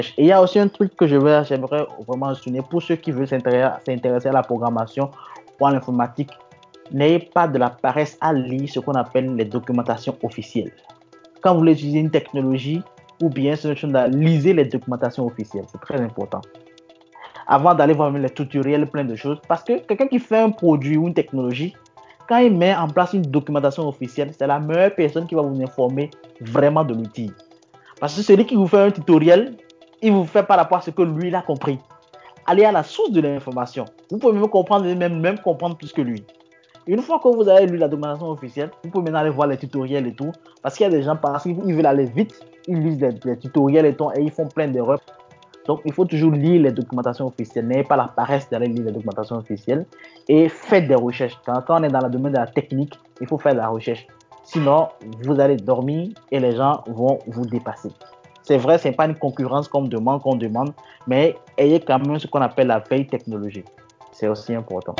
Et il y a aussi un truc que j'aimerais vraiment souligner pour ceux qui veulent s'intéresser à la programmation ou à l'informatique. N'ayez pas de la paresse à lire ce qu'on appelle les documentations officielles. Quand vous voulez utiliser une technologie ou bien lisez les documentations officielles. C'est très important. Avant d'aller voir les tutoriels, plein de choses. Parce que quelqu'un qui fait un produit ou une technologie, quand il met en place une documentation officielle, c'est la meilleure personne qui va vous informer vraiment de l'outil. Parce que celui qui vous fait un tutoriel, il vous fait par rapport à ce que lui, il a compris. Allez à la source de l'information. Vous pouvez même comprendre, même comprendre plus que lui. Une fois que vous avez lu la documentation officielle, vous pouvez maintenant aller voir les tutoriels et tout. Parce qu'il y a des gens, parce qu'ils veulent aller vite, ils lisent les tutoriels et tout, et ils font plein d'erreurs. Donc, il faut toujours lire les documentations officielles. N'ayez pas la paresse d'aller lire les documentations officielles et faites des recherches. Quand on est dans le domaine de la technique, il faut faire de la recherche. Sinon, vous allez dormir et les gens vont vous dépasser. C'est vrai, ce n'est pas une concurrence qu'on demande, mais ayez quand même ce qu'on appelle la veille technologique. C'est aussi important.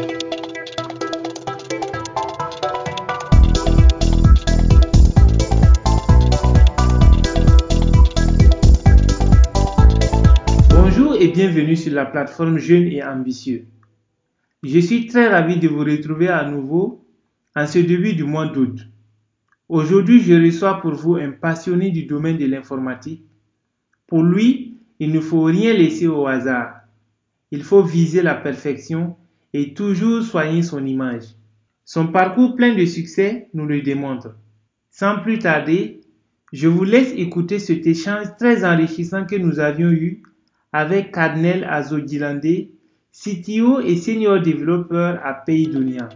Bonjour et bienvenue sur la plateforme Jeunes et Ambitieux. Je suis très ravi de vous retrouver à nouveau en ce début du mois d'août. Aujourd'hui, je reçois pour vous un passionné du domaine de l'informatique. Pour lui, il ne faut rien laisser au hasard. Il faut viser la perfection et toujours soigner son image. Son parcours plein de succès nous le démontre. Sans plus tarder, je vous laisse écouter cet échange très enrichissant que nous avions eu avec Kadnel Azogilande, CTO et Senior Developer à Paydunia.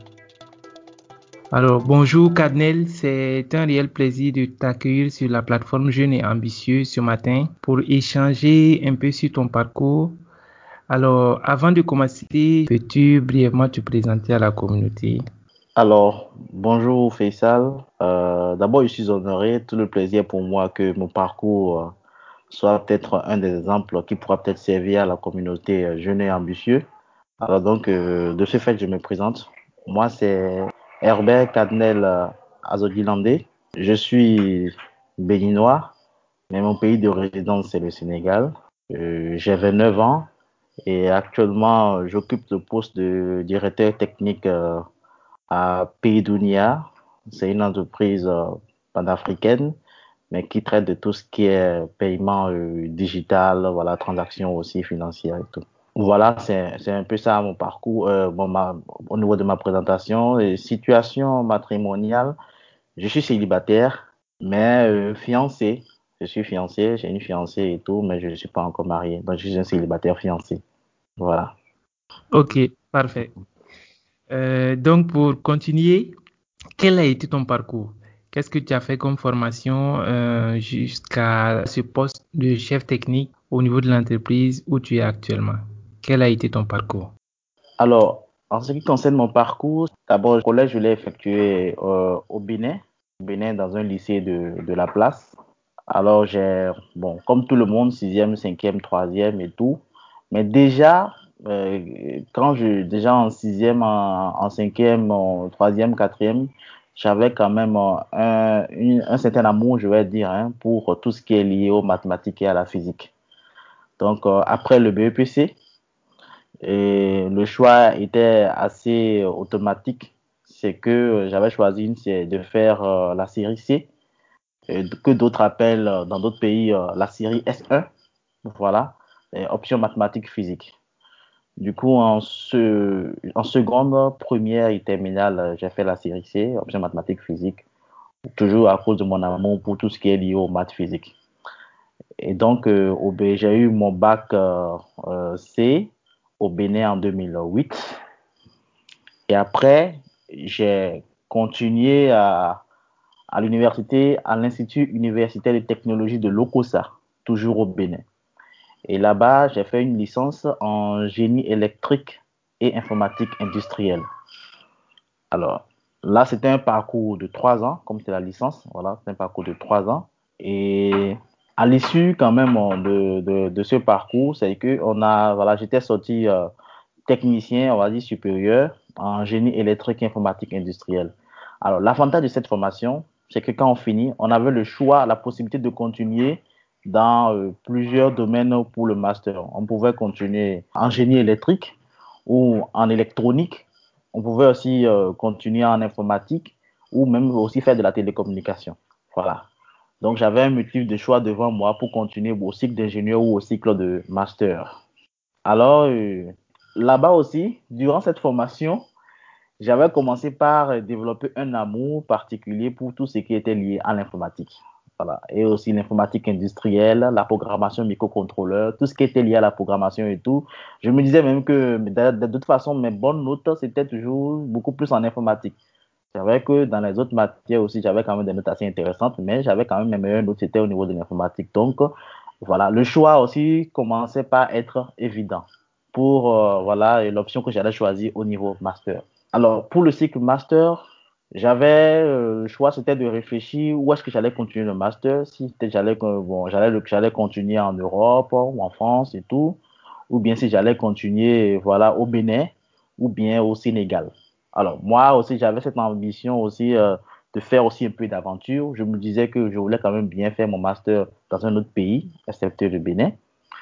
Alors, bonjour Kadnel, c'est un réel plaisir de t'accueillir sur la plateforme Jeunes et Ambitieux ce matin pour échanger un peu sur ton parcours. Alors, avant de commencer, peux-tu brièvement te présenter à la communauté? Alors, bonjour Faisal. D'abord, je suis honoré, tout le plaisir pour moi que mon parcours soit peut-être un des exemples qui pourra peut-être servir à la communauté jeune et ambitieux. Alors donc, de ce fait, je me présente. Moi, c'est Herbert Cadnel Azodilandé. Je suis béninois, mais mon pays de résidence, c'est le Sénégal. J'ai 29 ans et actuellement, j'occupe le poste de directeur technique à Paydunia. C'est une entreprise panafricaine, mais qui traite de tout ce qui est paiement digital, voilà, transactions aussi financières et tout. Voilà, c'est un peu ça mon parcours. Au niveau de ma présentation, et situation matrimoniale, je suis célibataire, mais fiancé. Je suis fiancé, j'ai une fiancée et tout, mais je ne suis pas encore marié. Donc, je suis un célibataire fiancé. Voilà. Ok, parfait. Donc, pour continuer, quel a été ton parcours? Qu'est-ce que tu as fait comme formation jusqu'à ce poste de chef technique au niveau de l'entreprise où tu es actuellement? Quel a été ton parcours? Alors, en ce qui concerne mon parcours, d'abord, le collège, je l'ai effectué au Bénin, dans un lycée de la place. Alors, bon, comme tout le monde, sixième, cinquième, troisième et tout. Mais déjà, déjà en sixième, en cinquième, en troisième, quatrième, j'avais quand même un certain amour, je vais dire, hein, pour tout ce qui est lié aux mathématiques et à la physique. Donc, après le BEPC, et le choix était assez automatique. C'est que j'avais choisi c'est de faire la série C, que d'autres appellent dans d'autres pays la série S1. Voilà, option mathématiques physique. Du coup, en seconde, première et terminale, j'ai fait la série C, option mathématiques physique, toujours à cause de mon amour pour tout ce qui est lié aux maths physiques. Et donc, j'ai eu mon bac C au Bénin en 2008. Et après, j'ai continué à l'université, à l'Institut universitaire de technologie de l'Okosa, toujours au Bénin. Et là-bas, j'ai fait une licence en génie électrique et informatique industrielle. Alors, là, c'était un parcours de 3 ans, comme c'est la licence. Voilà, c'est un parcours de 3 ans. Et à l'issue, quand même, de ce parcours, c'est que voilà, j'étais sorti technicien, on va dire supérieur, en génie électrique et informatique industrielle. Alors, l'avantage de cette formation, c'est que quand on finit, on avait le choix, la possibilité de continuer dans plusieurs domaines pour le master. On pouvait continuer en génie électrique ou en électronique. On pouvait aussi continuer en informatique ou même aussi faire de la télécommunication. Voilà. Donc, j'avais un motif de choix devant moi pour continuer au cycle d'ingénieur ou au cycle de master. Alors, là-bas aussi, durant cette formation, j'avais commencé par développer un amour particulier pour tout ce qui était lié à l'informatique. Voilà. Et aussi l'informatique industrielle, la programmation microcontrôleur, tout ce qui était lié à la programmation et tout. Je me disais même que de toute façon, mes bonnes notes, c'était toujours beaucoup plus en informatique. C'est vrai que dans les autres matières aussi, j'avais quand même des notes assez intéressantes, mais j'avais quand même mes meilleures notes, c'était au niveau de l'informatique. Donc, voilà, le choix aussi commençait par être évident pour voilà, l'option que j'allais choisir au niveau master. Alors, pour le cycle master, j'avais le choix, c'était de réfléchir où est-ce que j'allais continuer le master, si j'allais bon, j'allais continuer en Europe ou en France et tout, ou bien si j'allais continuer voilà, au Bénin ou bien au Sénégal. Alors, moi aussi, j'avais cette ambition aussi de faire aussi un peu d'aventure. Je me disais que je voulais quand même bien faire mon master dans un autre pays, excepté le Bénin.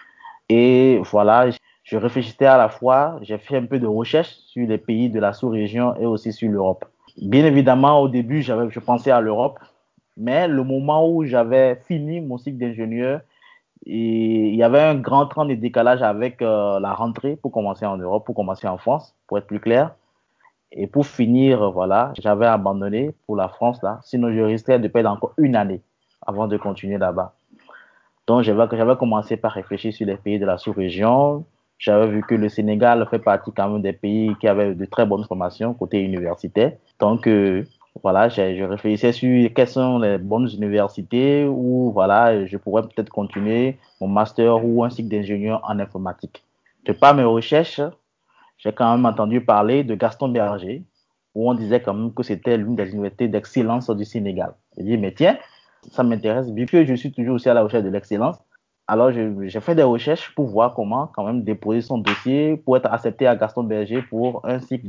Et voilà, je réfléchissais à la fois, j'ai fait un peu de recherche sur les pays de la sous-région et aussi sur l'Europe. Bien évidemment, au début, je pensais à l'Europe, mais le moment où j'avais fini mon cycle d'ingénieur, il y avait un grand temps de décalage avec la rentrée pour commencer en Europe, pour commencer en France, pour être plus clair. Et pour finir, voilà, j'avais abandonné pour la France là. Sinon, je risquais de perdre encore une année avant de continuer là-bas. Donc, j'avais commencé par réfléchir sur les pays de la sous-région. J'avais vu que le Sénégal fait partie quand même des pays qui avaient de très bonnes formations côté universitaire. Donc, voilà, je réfléchissais sur quelles sont les bonnes universités où, voilà, je pourrais peut-être continuer mon master ou un cycle d'ingénieur en informatique. De par mes recherches, j'ai quand même entendu parler de Gaston Berger, où on disait quand même que c'était l'une des universités d'excellence du Sénégal. J'ai dit, mais tiens, ça m'intéresse, vu que je suis toujours aussi à la recherche de l'excellence. Alors, j'ai fait des recherches pour voir comment quand même déposer son dossier pour être accepté à Gaston Berger pour un cycle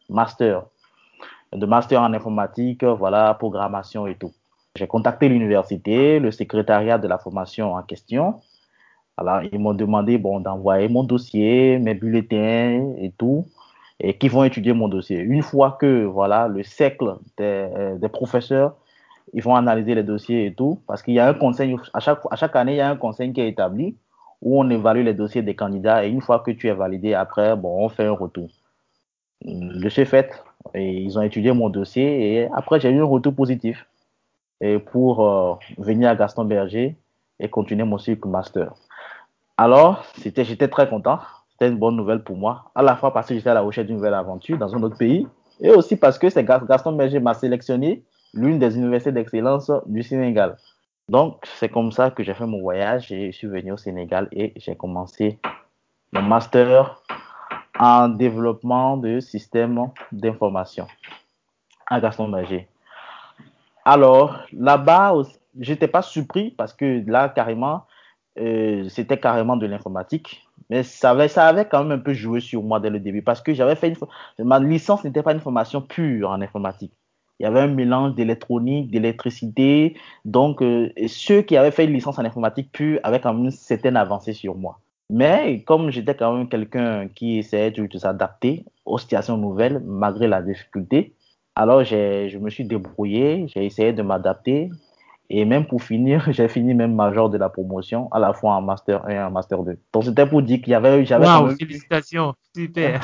de master en informatique, voilà, programmation et tout. J'ai contacté l'université, le secrétariat de la formation en question. Alors, ils m'ont demandé bon, d'envoyer mon dossier, mes bulletins et tout, et qui vont étudier mon dossier. Une fois que voilà, le cercle des professeurs, ils vont analyser les dossiers et tout, parce qu'il y a un conseil, à chaque année, il y a un conseil qui est établi où on évalue les dossiers des candidats, et une fois que tu es validé, après, bon, on fait un retour. De ce fait, et ils ont étudié mon dossier, et après, j'ai eu un retour positif et pour venir à Gaston Berger et continuer mon cycle master. Alors, j'étais très content. C'était une bonne nouvelle pour moi. À la fois parce que j'étais à la recherche d'une nouvelle aventure dans un autre pays et aussi parce que c'est Gaston Berger m'a sélectionné l'une des universités d'excellence du Sénégal. Donc, c'est comme ça que j'ai fait mon voyage et je suis venu au Sénégal et j'ai commencé mon master en développement de systèmes d'information à Gaston Berger. Alors, là-bas, j'étais pas surpris parce que là, carrément, c'était carrément de l'informatique. Mais ça avait quand même un peu joué sur moi dès le début parce que ma licence n'était pas une formation pure en informatique. Il y avait un mélange d'électronique, d'électricité. Donc, et ceux qui avaient fait une licence en informatique pure avaient quand même une certaine avancée sur moi. Mais comme j'étais quand même quelqu'un qui essayait de s'adapter aux situations nouvelles malgré la difficulté, alors je me suis débrouillé, j'ai essayé de m'adapter et même pour finir, j'ai fini même major de la promotion, à la fois en master 1 et en master 2. Donc c'était pour dire j'avais quand Waouh, même eu. félicitations, super.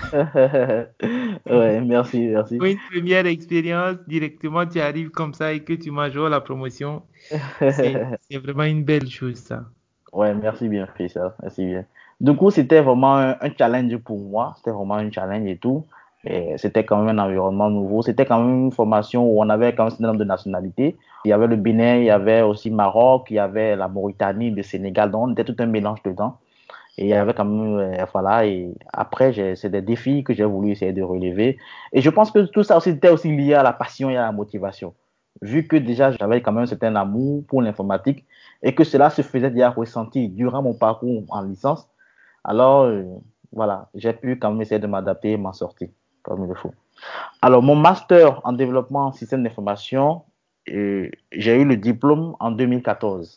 Ouais, merci, merci. Pour une première expérience, directement, tu arrives comme ça et que tu majores la promotion, c'est vraiment une belle chose, ça. Ouais, merci bien, Faisal, merci bien. Du coup, c'était vraiment un challenge pour moi, c'était vraiment un challenge et tout. Et c'était quand même un environnement nouveau. C'était quand même une formation où on avait quand même un certain nombre de nationalités. Il y avait le Bénin, il y avait aussi Maroc, il y avait la Mauritanie, le Sénégal. Donc, on était tout un mélange dedans. Et il y avait quand même, voilà. Et après, c'est des défis que j'ai voulu essayer de relever. Et je pense que tout ça aussi était aussi lié à la passion et à la motivation. Vu que déjà, j'avais quand même un certain amour pour l'informatique et que cela se faisait déjà ressentir durant mon parcours en licence, alors, voilà, j'ai pu quand même essayer de m'adapter et m'en sortir comme il le faut. Alors, mon master en développement en système d'information, j'ai eu le diplôme en 2014.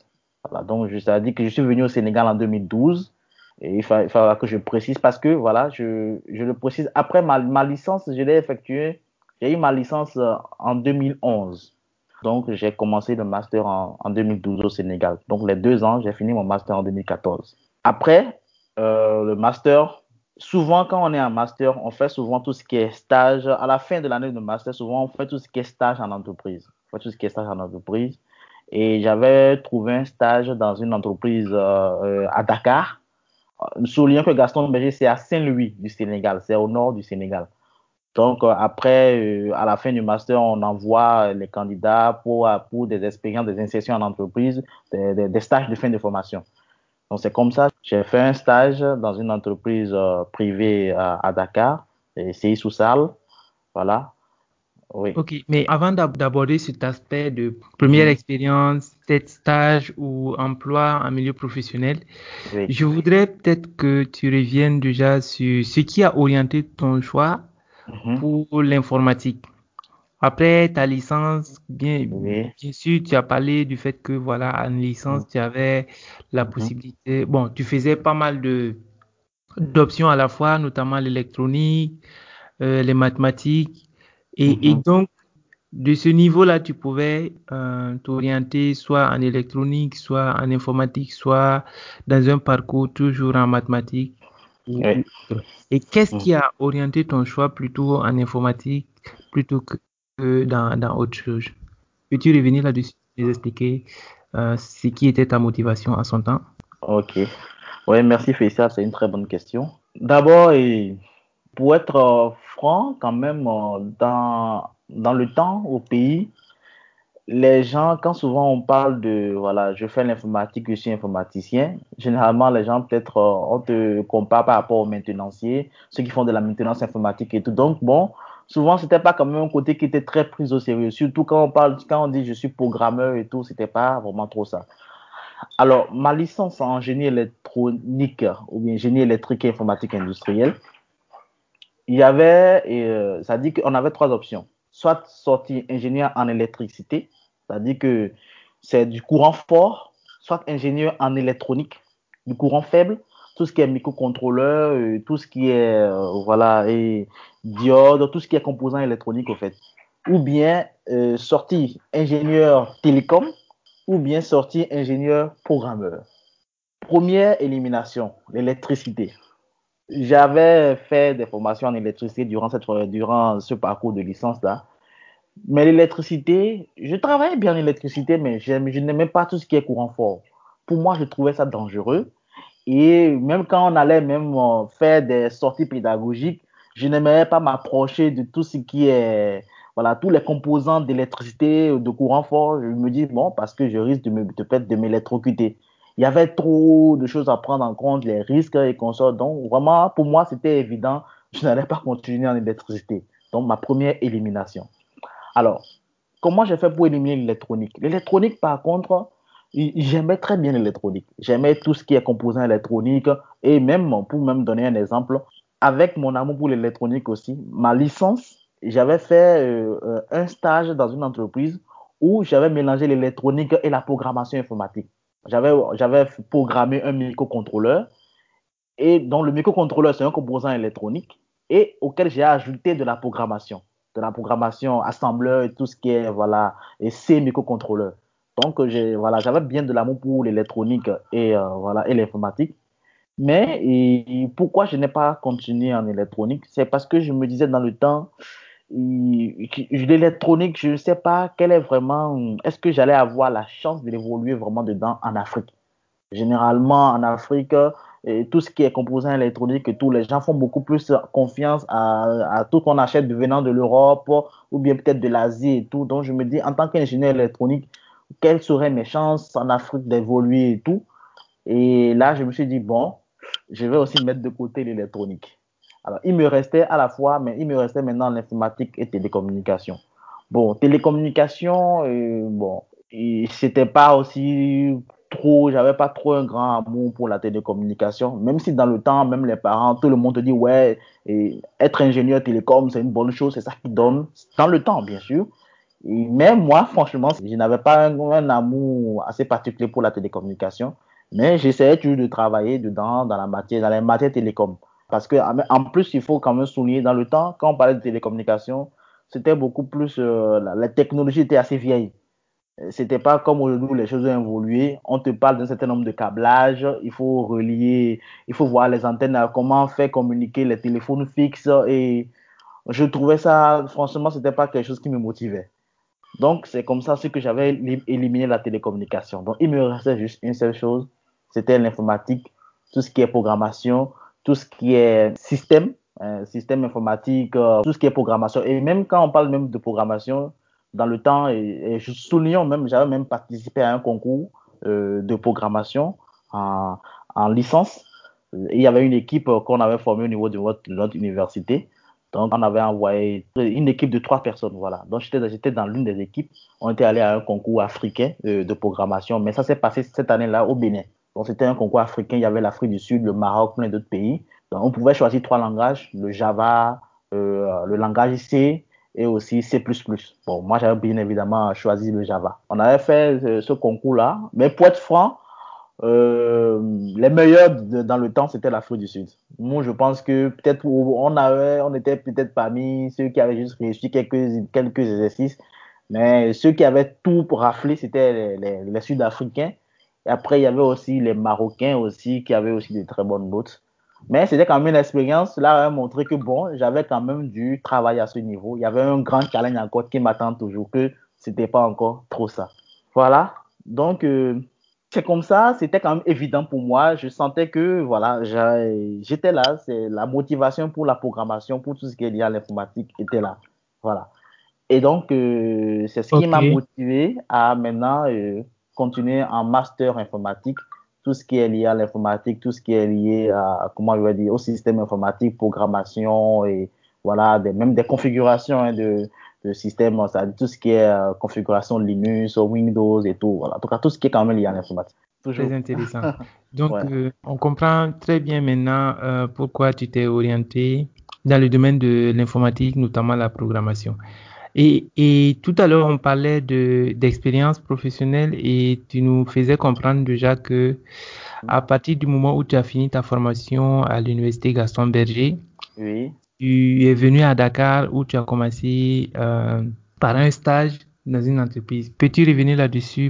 Voilà, donc, ça dit que je suis venu au Sénégal en 2012. Et il faudra que je précise parce que, voilà, je le précise. Après ma licence, je l'ai effectuée. J'ai eu ma licence en 2011. Donc, j'ai commencé le master en 2012 au Sénégal. Donc, les 2 ans, j'ai fini mon master en 2014. Après, le master, souvent, quand on est en master, on fait souvent tout ce qui est stage. À la fin de l'année de master, souvent, on fait tout ce qui est stage en entreprise. On fait tout ce qui est stage en entreprise. Et j'avais trouvé un stage dans une entreprise à Dakar. Soulignons que Gaston Berger, c'est à Saint-Louis du Sénégal, c'est au nord du Sénégal. Donc, après, à la fin du master, on envoie les candidats pour des expériences, des insertions en entreprise, des stages de fin de formation. Donc, c'est comme ça. J'ai fait un stage dans une entreprise privée à Dakar, CI Soussal. Voilà. Oui. Ok, mais avant d'aborder cet aspect de première Mhm. expérience, peut-être stage ou emploi en milieu professionnel, Oui. je voudrais peut-être que tu reviennes déjà sur ce qui a orienté ton choix Mhm. pour l'informatique. Après ta licence, Oui. bien sûr, tu as parlé du fait que, voilà, en licence, tu avais la Mhm. possibilité, bon, tu faisais pas mal d'options à la fois, notamment l'électronique, les mathématiques, et Mhm. donc, de ce niveau-là, tu pouvais t'orienter soit en électronique, soit en informatique, soit dans un parcours toujours en mathématiques ou Oui. autre. Et qu'est-ce Mhm. qui a orienté ton choix plutôt en informatique plutôt que dans autre chose? Peux-tu revenir là-dessus et nous expliquer ce qui était ta motivation à son temps? Ok. Oui, merci Fécia, c'est une très bonne question. D'abord, pour être franc, quand même, dans le temps, au pays, les gens, quand souvent on parle de, voilà, je fais l'informatique, je suis informaticien, généralement, les gens, peut-être, on te compare par rapport aux maintenanciers, ceux qui font de la maintenance informatique et tout. Donc, bon, souvent, c'était pas quand même un côté qui était très pris au sérieux. Surtout quand on dit je suis programmeur et tout, c'était pas vraiment trop ça. Alors, ma licence en génie électronique ou bien génie électrique et informatique industrielle, il y avait, ça dit qu'on avait 3 options. Soit sortir ingénieur en électricité, c'est-à-dire que c'est du courant fort, soit ingénieur en électronique, du courant faible, tout ce qui est microcontrôleur, tout ce qui est, voilà, et diode, tout ce qui est composant électronique, au fait. Ou bien sortir ingénieur télécom, ou bien sortir ingénieur programmeur. Première élimination, l'électricité. J'avais fait des formations en électricité durant ce parcours de licence-là. Mais l'électricité, je travaillais bien en électricité, mais je n'aimais pas tout ce qui est courant fort. Pour moi, je trouvais ça dangereux. Et même quand on allait même faire des sorties pédagogiques, je n'aimais pas m'approcher de tout ce qui est, voilà, tous les composants d'électricité, de courant fort. Je me dis, bon, parce que je risque peut-être de m'électrocuter. Il y avait trop de choses à prendre en compte, les risques et consorts. Donc, vraiment, pour moi, c'était évident, je n'allais pas continuer en électricité. Donc, ma première élimination. Alors, comment j'ai fait pour éliminer l'électronique? L'électronique, par contre, j'aimais très bien l'électronique. J'aimais tout ce qui est composant électronique. Et même, pour même donner un exemple, avec mon amour pour l'électronique aussi, ma licence, j'avais fait un stage dans une entreprise où j'avais mélangé l'électronique et la programmation informatique. J'avais programmé un microcontrôleur et donc, le microcontrôleur, c'est un composant électronique et auquel j'ai ajouté de la programmation assembleur et tout ce qui est, voilà, et ces microcontrôleurs. Donc, voilà, j'avais bien de l'amour pour l'électronique et, voilà, et l'informatique. Mais pourquoi je n'ai pas continué en électronique? C'est parce que je me disais dans le temps, l'électronique, je ne sais pas quelle est vraiment, est-ce que j'allais avoir la chance de l'évoluer vraiment dedans en Afrique? Généralement, en Afrique, et tout ce qui est composant électronique, et tout, les gens font beaucoup plus confiance à tout qu'on achète venant de l'Europe ou bien peut-être de l'Asie et tout. Donc, je me dis, en tant qu'ingénieur électronique, quelles seraient mes chances en Afrique d'évoluer et tout? Et là, je me suis dit, bon, je vais aussi mettre de côté l'électronique. Alors, il me restait à la fois, mais il me restait maintenant l'informatique et télécommunication. Bon, télécommunication, bon, c'était pas aussi trop, j'avais pas trop un grand amour pour la télécommunication, même si dans le temps, même les parents, tout le monde te dit, ouais, et être ingénieur télécom, c'est une bonne chose, c'est ça qui donne, dans le temps, bien sûr. Mais moi, franchement, je n'avais pas un amour assez particulier pour la télécommunication, mais j'essayais toujours de travailler dedans, dans les matières télécom. Parce que, en plus, il faut quand même souligner, dans le temps, quand on parlait de télécommunication, c'était beaucoup plus, la technologie était assez vieille. C'était pas comme aujourd'hui où les choses ont évolué. On te parle d'un certain nombre de câblages, il faut relier, il faut voir les antennes, comment faire communiquer les téléphones fixes. Et je trouvais ça, franchement, c'était pas quelque chose qui me motivait. Donc, c'est comme ça que j'avais éliminé la télécommunication. Donc, il me restait juste une seule chose, c'était l'informatique, tout ce qui est programmation, tout ce qui est système informatique, tout ce qui est programmation. Et même quand on parle même de programmation, dans le temps, et je souligne même, j'avais même participé à un concours de programmation en, en licence. Il y avait une équipe qu'on avait formée au niveau de notre université. Donc, on avait envoyé une équipe de 3 personnes, voilà. Donc, j'étais dans l'une des équipes. On était allé à un concours africain de programmation, mais ça s'est passé cette année-là au Bénin. Donc, c'était un concours africain. Il y avait l'Afrique du Sud, le Maroc, plein d'autres pays. Donc, on pouvait choisir 3 langages, le Java, le langage C et aussi C++. Bon, moi, j'avais bien évidemment choisi le Java. On avait fait ce concours-là, mais pour être franc, les meilleurs dans le temps, c'était l'Afrique du Sud. Moi, je pense que peut-être on était peut-être parmi ceux qui avaient juste réussi quelques exercices, mais ceux qui avaient tout pour rafler, c'était les Sud-Africains. Et après, il y avait aussi les Marocains aussi qui avaient aussi de très bonnes notes. Mais c'était quand même une expérience. Là, a montré que bon, j'avais quand même dû travailler à ce niveau. Il y avait un grand challenge encore qui m'attend toujours, que c'était pas encore trop ça. Voilà. Donc, c'est comme ça, c'était quand même évident pour moi. Je sentais que, voilà, j'étais là. C'est la motivation pour la programmation, pour tout ce qui est lié à l'informatique était là. Voilà. Et donc, c'est ce qui Ok, m'a motivé à maintenant continuer en master informatique. Tout ce qui est lié à l'informatique, tout ce qui est lié à, comment je vais dire, au système informatique, programmation et voilà, même des configurations de systèmes, ça, tout ce qui est configuration Linux, Windows et tout. Voilà. En tout cas, tout ce qui est quand même lié à l'informatique. très Toujours. intéressant. Donc, Ouais. on comprend très bien maintenant pourquoi tu t'es orienté dans le domaine de l'informatique, notamment la programmation. Et tout à l'heure, on parlait d'expérience professionnelle et tu nous faisais comprendre déjà que à partir du moment où tu as fini ta formation à l'université Gaston Berger, Oui. tu es venu à Dakar où tu as commencé par un stage dans une entreprise. Peux-tu revenir là-dessus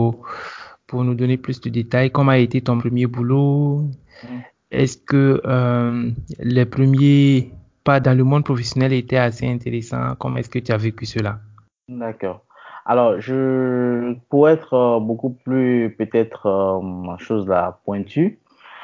pour nous donner plus de détails? Comment a été ton premier boulot? Mm. Est-ce que les premiers pas dans le monde professionnel étaient assez intéressants? Comment est-ce que tu as vécu cela? D'accord. Alors, pour être beaucoup plus, peut-être, chose là, pointue,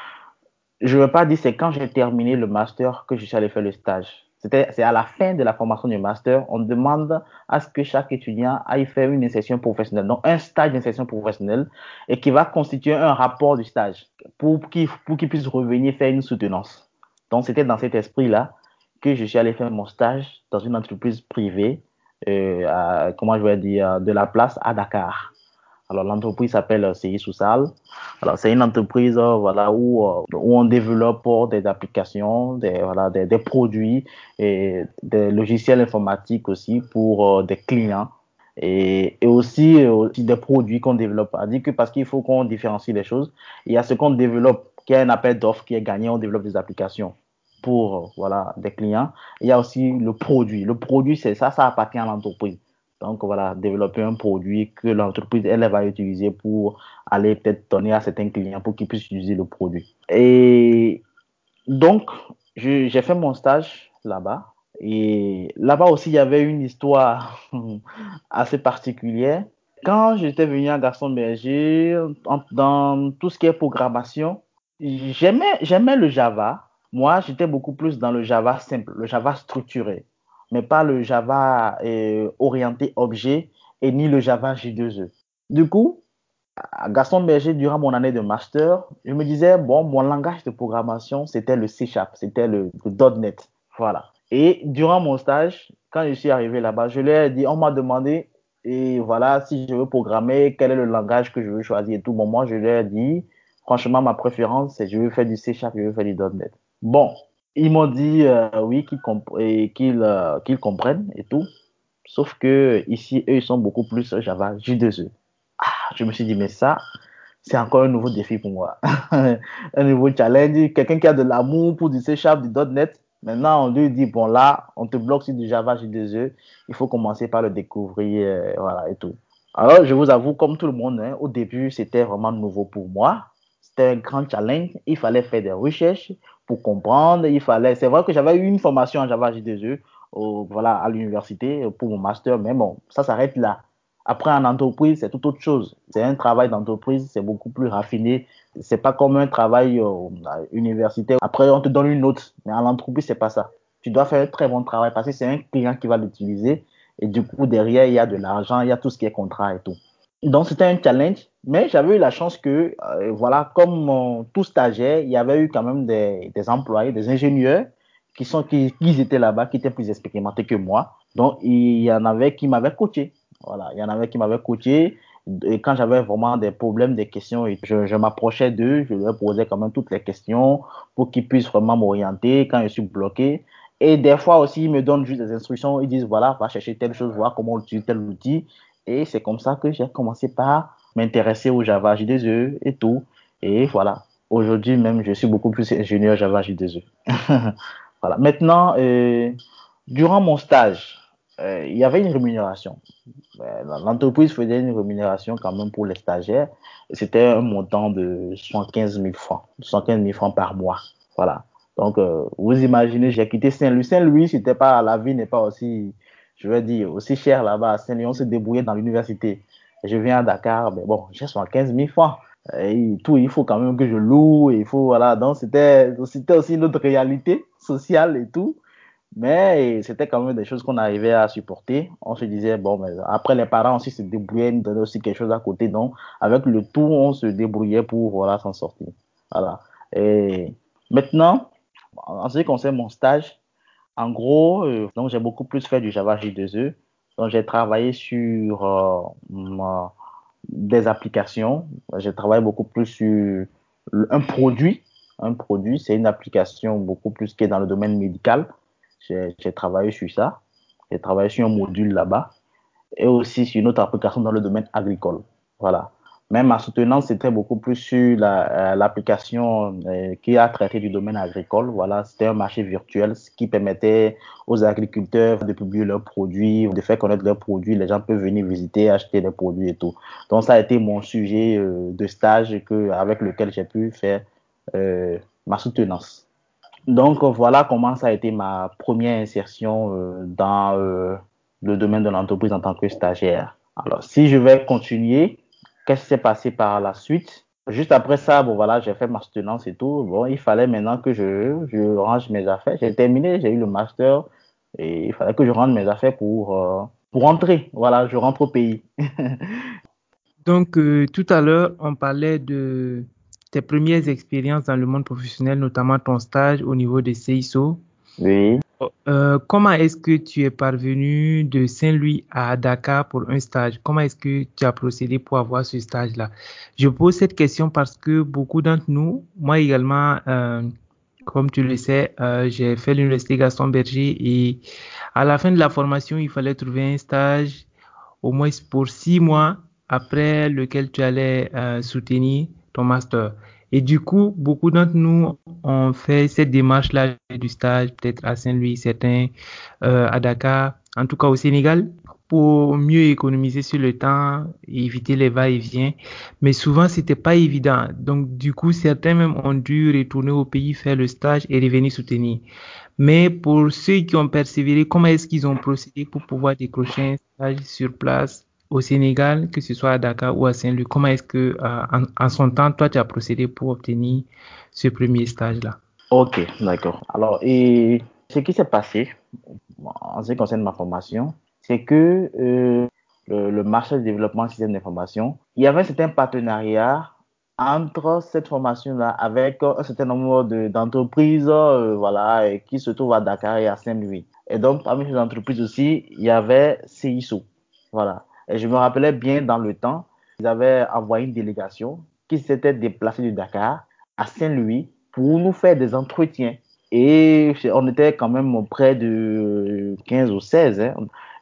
je ne veux pas dire c'est quand j'ai terminé le master que je suis allé faire le stage. C'est à la fin de la formation du master, on demande à ce que chaque étudiant aille faire une insertion professionnelle, donc un stage d'insertion professionnelle, et qui va constituer un rapport du stage pour qu'il puisse revenir faire une soutenance. Donc, c'était dans cet esprit-là que je suis allé faire mon stage dans une entreprise privée, comment je vais dire, de la place à Dakar. Alors, l'entreprise s'appelle CI Soussal. Alors, c'est une entreprise voilà, où on développe des applications, voilà, des produits et des logiciels informatiques aussi pour des clients et aussi des produits qu'on développe. C'est-à-dire que parce qu'il faut qu'on différencie les choses, il y a ce qu'on développe, qui est un appel d'offres qui est gagné, on développe des applications pour voilà, des clients. Il y a aussi le produit. Le produit, c'est ça, ça appartient à l'entreprise. Donc voilà, développer un produit que l'entreprise, elle va utiliser pour aller peut-être donner à certains clients pour qu'ils puissent utiliser le produit. Et donc, j'ai fait mon stage là-bas. Et là-bas aussi, il y avait une histoire assez particulière. Quand j'étais venu à Garçon Berger, dans tout ce qui est programmation, j'aimais le Java. Moi, j'étais beaucoup plus dans le Java simple, le Java structuré, mais pas le Java orienté objet et ni le Java J2E. Du coup, à Gaston Berger, durant mon année de master, je me disais, bon, mon langage de programmation, c'était le C Sharp, c'était le .NET. Voilà. Et durant mon stage, quand je suis arrivé là-bas, je leur ai dit, on m'a demandé, et voilà, si je veux programmer, quel est le langage que je veux choisir et tout. Bon, moi, je leur ai dit, franchement, ma préférence, c'est je veux faire du C Sharp, je veux faire du .NET. Bon, ils m'ont dit oui, qu'ils comprennent et tout. Sauf que ici, eux, ils sont beaucoup plus Java J2E. Je me suis dit, mais ça, c'est encore un nouveau défi pour moi. Un nouveau challenge. Quelqu'un qui a de l'amour pour du C Sharp, du .NET. Maintenant, on lui dit, bon là, on te bloque sur du Java J2E. Il faut commencer par le découvrir, voilà, et tout. Alors, je vous avoue, comme tout le monde, hein, au début, c'était vraiment nouveau pour moi. C'était un grand challenge. Il fallait faire des recherches pour comprendre. C'est vrai que j'avais eu une formation en Java J2E, voilà, à l'université pour mon master, mais bon, ça s'arrête là. Après, en entreprise, c'est tout autre chose. C'est un travail d'entreprise, c'est beaucoup plus raffiné. C'est pas comme un travail universitaire. Après, on te donne une note. Mais en entreprise, c'est pas ça. Tu dois faire un très bon travail parce que c'est un client qui va l'utiliser. Et du coup, derrière, il y a de l'argent, il y a tout ce qui est contrat et tout. Donc, c'était un challenge. Mais j'avais eu la chance que, voilà, comme tout stagiaire, il y avait eu quand même des employés, des ingénieurs qui étaient là-bas, qui étaient plus expérimentés que moi. Donc, il y en avait qui m'avaient coaché. Voilà, il y en avait qui m'avaient coaché. Et quand j'avais vraiment des problèmes, des questions, je m'approchais d'eux, je leur posais quand même toutes les questions pour qu'ils puissent vraiment m'orienter quand je suis bloqué. Et des fois aussi, ils me donnent juste des instructions. Ils disent, voilà, va chercher telle chose, voir comment on utilise tel outil. Et c'est comme ça que j'ai commencé par m'intéresser au Java J2E et tout. Et voilà, aujourd'hui même, je suis beaucoup plus ingénieur Java J2E. Voilà. Maintenant, durant mon stage, il y avait une rémunération. L'entreprise faisait une rémunération quand même pour les stagiaires. C'était un montant de 75 000 francs, 75 000 francs par mois. Voilà. Donc, vous imaginez, j'ai quitté Saint-Louis. Saint-Louis, c'était pas, la vie n'est pas aussi, je vais dire, aussi chère là-bas. À Saint-Louis, on se débrouillait dans l'université. Je viens à Dakar, mais bon, j'ai 75 000 francs. Et tout, il faut quand même que je loue, il faut, voilà. Donc, c'était aussi notre réalité sociale et tout. Mais c'était quand même des choses qu'on arrivait à supporter. On se disait, bon, mais après les parents aussi se débrouillaient, nous donnaient aussi quelque chose à côté. Donc, avec le tout, on se débrouillait pour voilà, s'en sortir. Voilà. Et maintenant, en ce qui concerne mon stage, en gros, donc j'ai beaucoup plus fait du Java J2E. Donc, j'ai travaillé sur des applications. J'ai travaillé beaucoup plus sur un produit. Un produit, c'est une application beaucoup plus qui est dans le domaine médical. J'ai travaillé sur ça. J'ai travaillé sur un module là-bas et aussi sur une autre application dans le domaine agricole. Voilà. Mais ma soutenance, c'était beaucoup plus sur l'application qui a traité du domaine agricole. Voilà, c'était un marché virtuel ce qui permettait aux agriculteurs de publier leurs produits, de faire connaître leurs produits. Les gens peuvent venir visiter, acheter des produits et tout. Donc, ça a été mon sujet de stage avec lequel j'ai pu faire ma soutenance. Donc voilà comment ça a été ma première insertion dans le domaine de l'entreprise en tant que stagiaire. Alors si je vais continuer, qu'est-ce qui s'est passé par la suite? Juste après ça, bon voilà, j'ai fait ma soutenance et tout. Bon, il fallait maintenant que je range mes affaires. J'ai terminé, j'ai eu le master et il fallait que je range mes affaires pour rentrer. Voilà, je rentre au pays. Donc, tout à l'heure, on parlait de tes premières expériences dans le monde professionnel, notamment ton stage au niveau de CISO. Oui. Comment est-ce que tu es parvenu de Saint-Louis à Dakar pour un stage? Comment est-ce que tu as procédé pour avoir ce stage-là? Je pose cette question parce que beaucoup d'entre nous, moi également, comme tu le sais, j'ai fait l'université Gaston Berger et à la fin de la formation, il fallait trouver un stage au moins pour 6 mois après lequel tu allais soutenir ton master. Et du coup, beaucoup d'entre nous ont fait cette démarche-là du stage, peut-être à Saint-Louis, certains à Dakar, en tout cas au Sénégal, pour mieux économiser sur le temps et éviter les va-et-vient. Mais souvent, c'était pas évident. Donc, du coup, certains même ont dû retourner au pays, faire le stage et revenir soutenir. Mais pour ceux qui ont persévéré, comment est-ce qu'ils ont procédé pour pouvoir décrocher un stage sur place au Sénégal, que ce soit à Dakar ou à Saint-Louis? Comment est-ce que, en son temps, toi, tu as procédé pour obtenir ce premier stage-là? Ok, d'accord. Alors, et ce qui s'est passé en ce qui concerne ma formation, c'est que le marché de développement système d'information, il y avait un certain partenariat entre cette formation-là avec un certain nombre d'entreprises voilà, qui se trouvent à Dakar et à Saint-Louis. Et donc, parmi ces entreprises aussi, il y avait CISO. Voilà. Et je me rappelais bien dans le temps, ils avaient envoyé une délégation qui s'était déplacée de Dakar à Saint-Louis pour nous faire des entretiens. Et on était quand même près de 15 ou 16. Hein.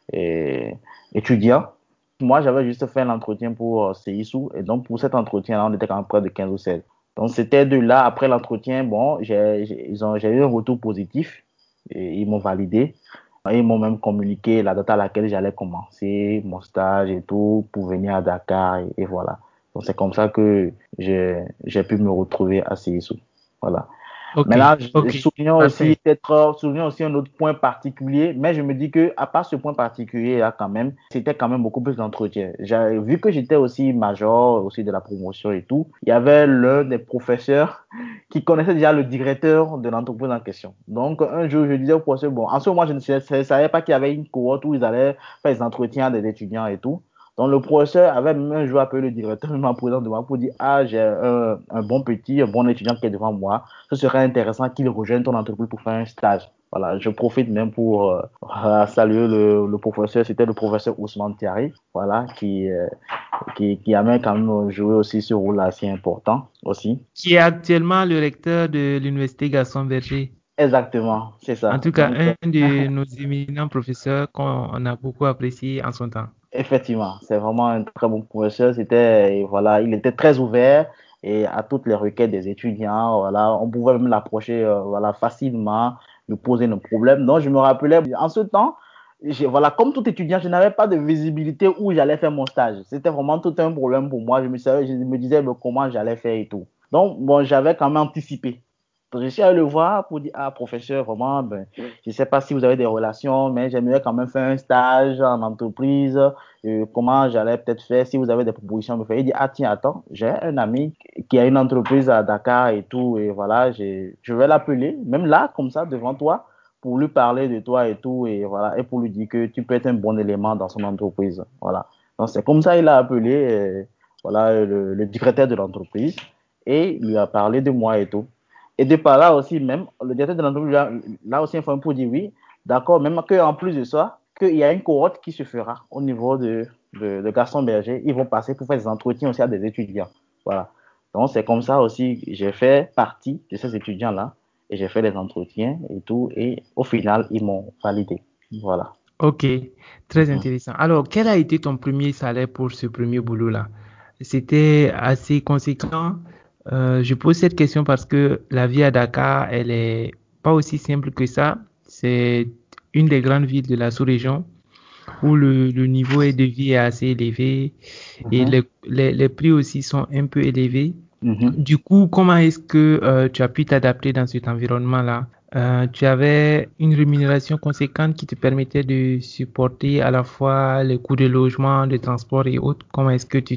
étudiants. Moi, j'avais juste fait l'entretien pour CISU. Et donc, pour cet entretien-là, on était quand même près de 15 ou 16. Donc, c'était de là, après l'entretien, bon, j'ai eu un retour positif. Et ils m'ont validé. Ils m'ont même communiqué la date à laquelle j'allais commencer mon stage et tout pour venir à Dakar. Et voilà. Donc, c'est comme ça que j'ai pu me retrouver à CISU. Voilà. Ok, Maintenant, ok, parfait. soulignons aussi un autre point particulier, mais je me dis que à part ce point particulier là quand même, c'était quand même beaucoup plus d'entretien. Vu que j'étais aussi major, aussi de la promotion et tout, il y avait l'un des professeurs qui connaissait déjà le directeur de l'entreprise en question. Donc un jour, je disais au professeur, bon, en ce moment, je ne savais pas qu'il y avait une cohorte où ils allaient faire des entretiens des étudiants et tout. Donc, le professeur avait même un jour appelé le directeur, même en présence de moi, pour dire, ah, j'ai un bon petit, un bon étudiant qui est devant moi. Ce serait intéressant qu'il rejoigne ton entreprise pour faire un stage. Voilà, je profite même pour saluer le professeur. C'était le professeur Ousmane Thiari, voilà, qui a même quand même joué aussi ce rôle assez important aussi. Qui est actuellement le recteur de l'Université Gaston Berger. Exactement, c'est En ça. tout cas, Donc, un de nos éminents professeurs qu'on a beaucoup apprécié en son temps. effectivement, c'est vraiment un très bon professeur. C'était, voilà, il était très ouvert et à toutes les requêtes des étudiants. Voilà, on pouvait même l'approcher, voilà, facilement, lui poser nos problèmes. Donc, je me rappelais, en ce temps, voilà, comme tout étudiant, je n'avais pas de visibilité où j'allais faire mon stage. C'était vraiment tout un problème pour moi. Je me disais mais comment j'allais faire et tout. Donc, bon, j'avais quand même anticipé. Donc, je suis allé le voir pour dire, ah, professeur, vraiment, ben, je ne sais pas si vous avez des relations, mais j'aimerais quand même faire un stage en entreprise. Comment j'allais peut-être faire, si vous avez des propositions à me faire. Il dit, ah, tiens, attends, j'ai un ami qui a une entreprise à Dakar et tout, et voilà, je vais l'appeler, même là, comme ça, devant toi, pour lui parler de toi et tout, et voilà, et pour lui dire que tu peux être un bon élément dans son entreprise. Voilà. Donc, c'est comme ça il a appelé, voilà, le directeur de l'entreprise, et il lui a parlé de moi et tout. Et de par là aussi, même, le directeur de l'entreprise, là aussi, informé pour dire oui, d'accord, même qu'en plus de ça, qu'il y a une cohorte qui se fera au niveau de Gaston Berger. Ils vont passer pour faire des entretiens aussi à des étudiants. Voilà. Donc, c'est comme ça aussi que j'ai fait partie de ces étudiants-là et j'ai fait les entretiens et tout. Et au final, ils m'ont validé. Voilà. Ok, très Mhm. intéressant. Alors, quel a été ton premier salaire pour ce premier boulot-là? C'était assez conséquent. Je pose cette question parce que la vie à Dakar, elle est pas aussi simple que ça. C'est une des grandes villes de la sous-région où le niveau de vie est assez élevé et Mhm. les prix aussi sont un peu élevés. Mhm. Du coup, comment est-ce que tu as pu t'adapter dans cet environnement-là? Tu avais une rémunération conséquente qui te permettait de supporter à la fois les coûts de logement, de transport et autres. Comment est-ce que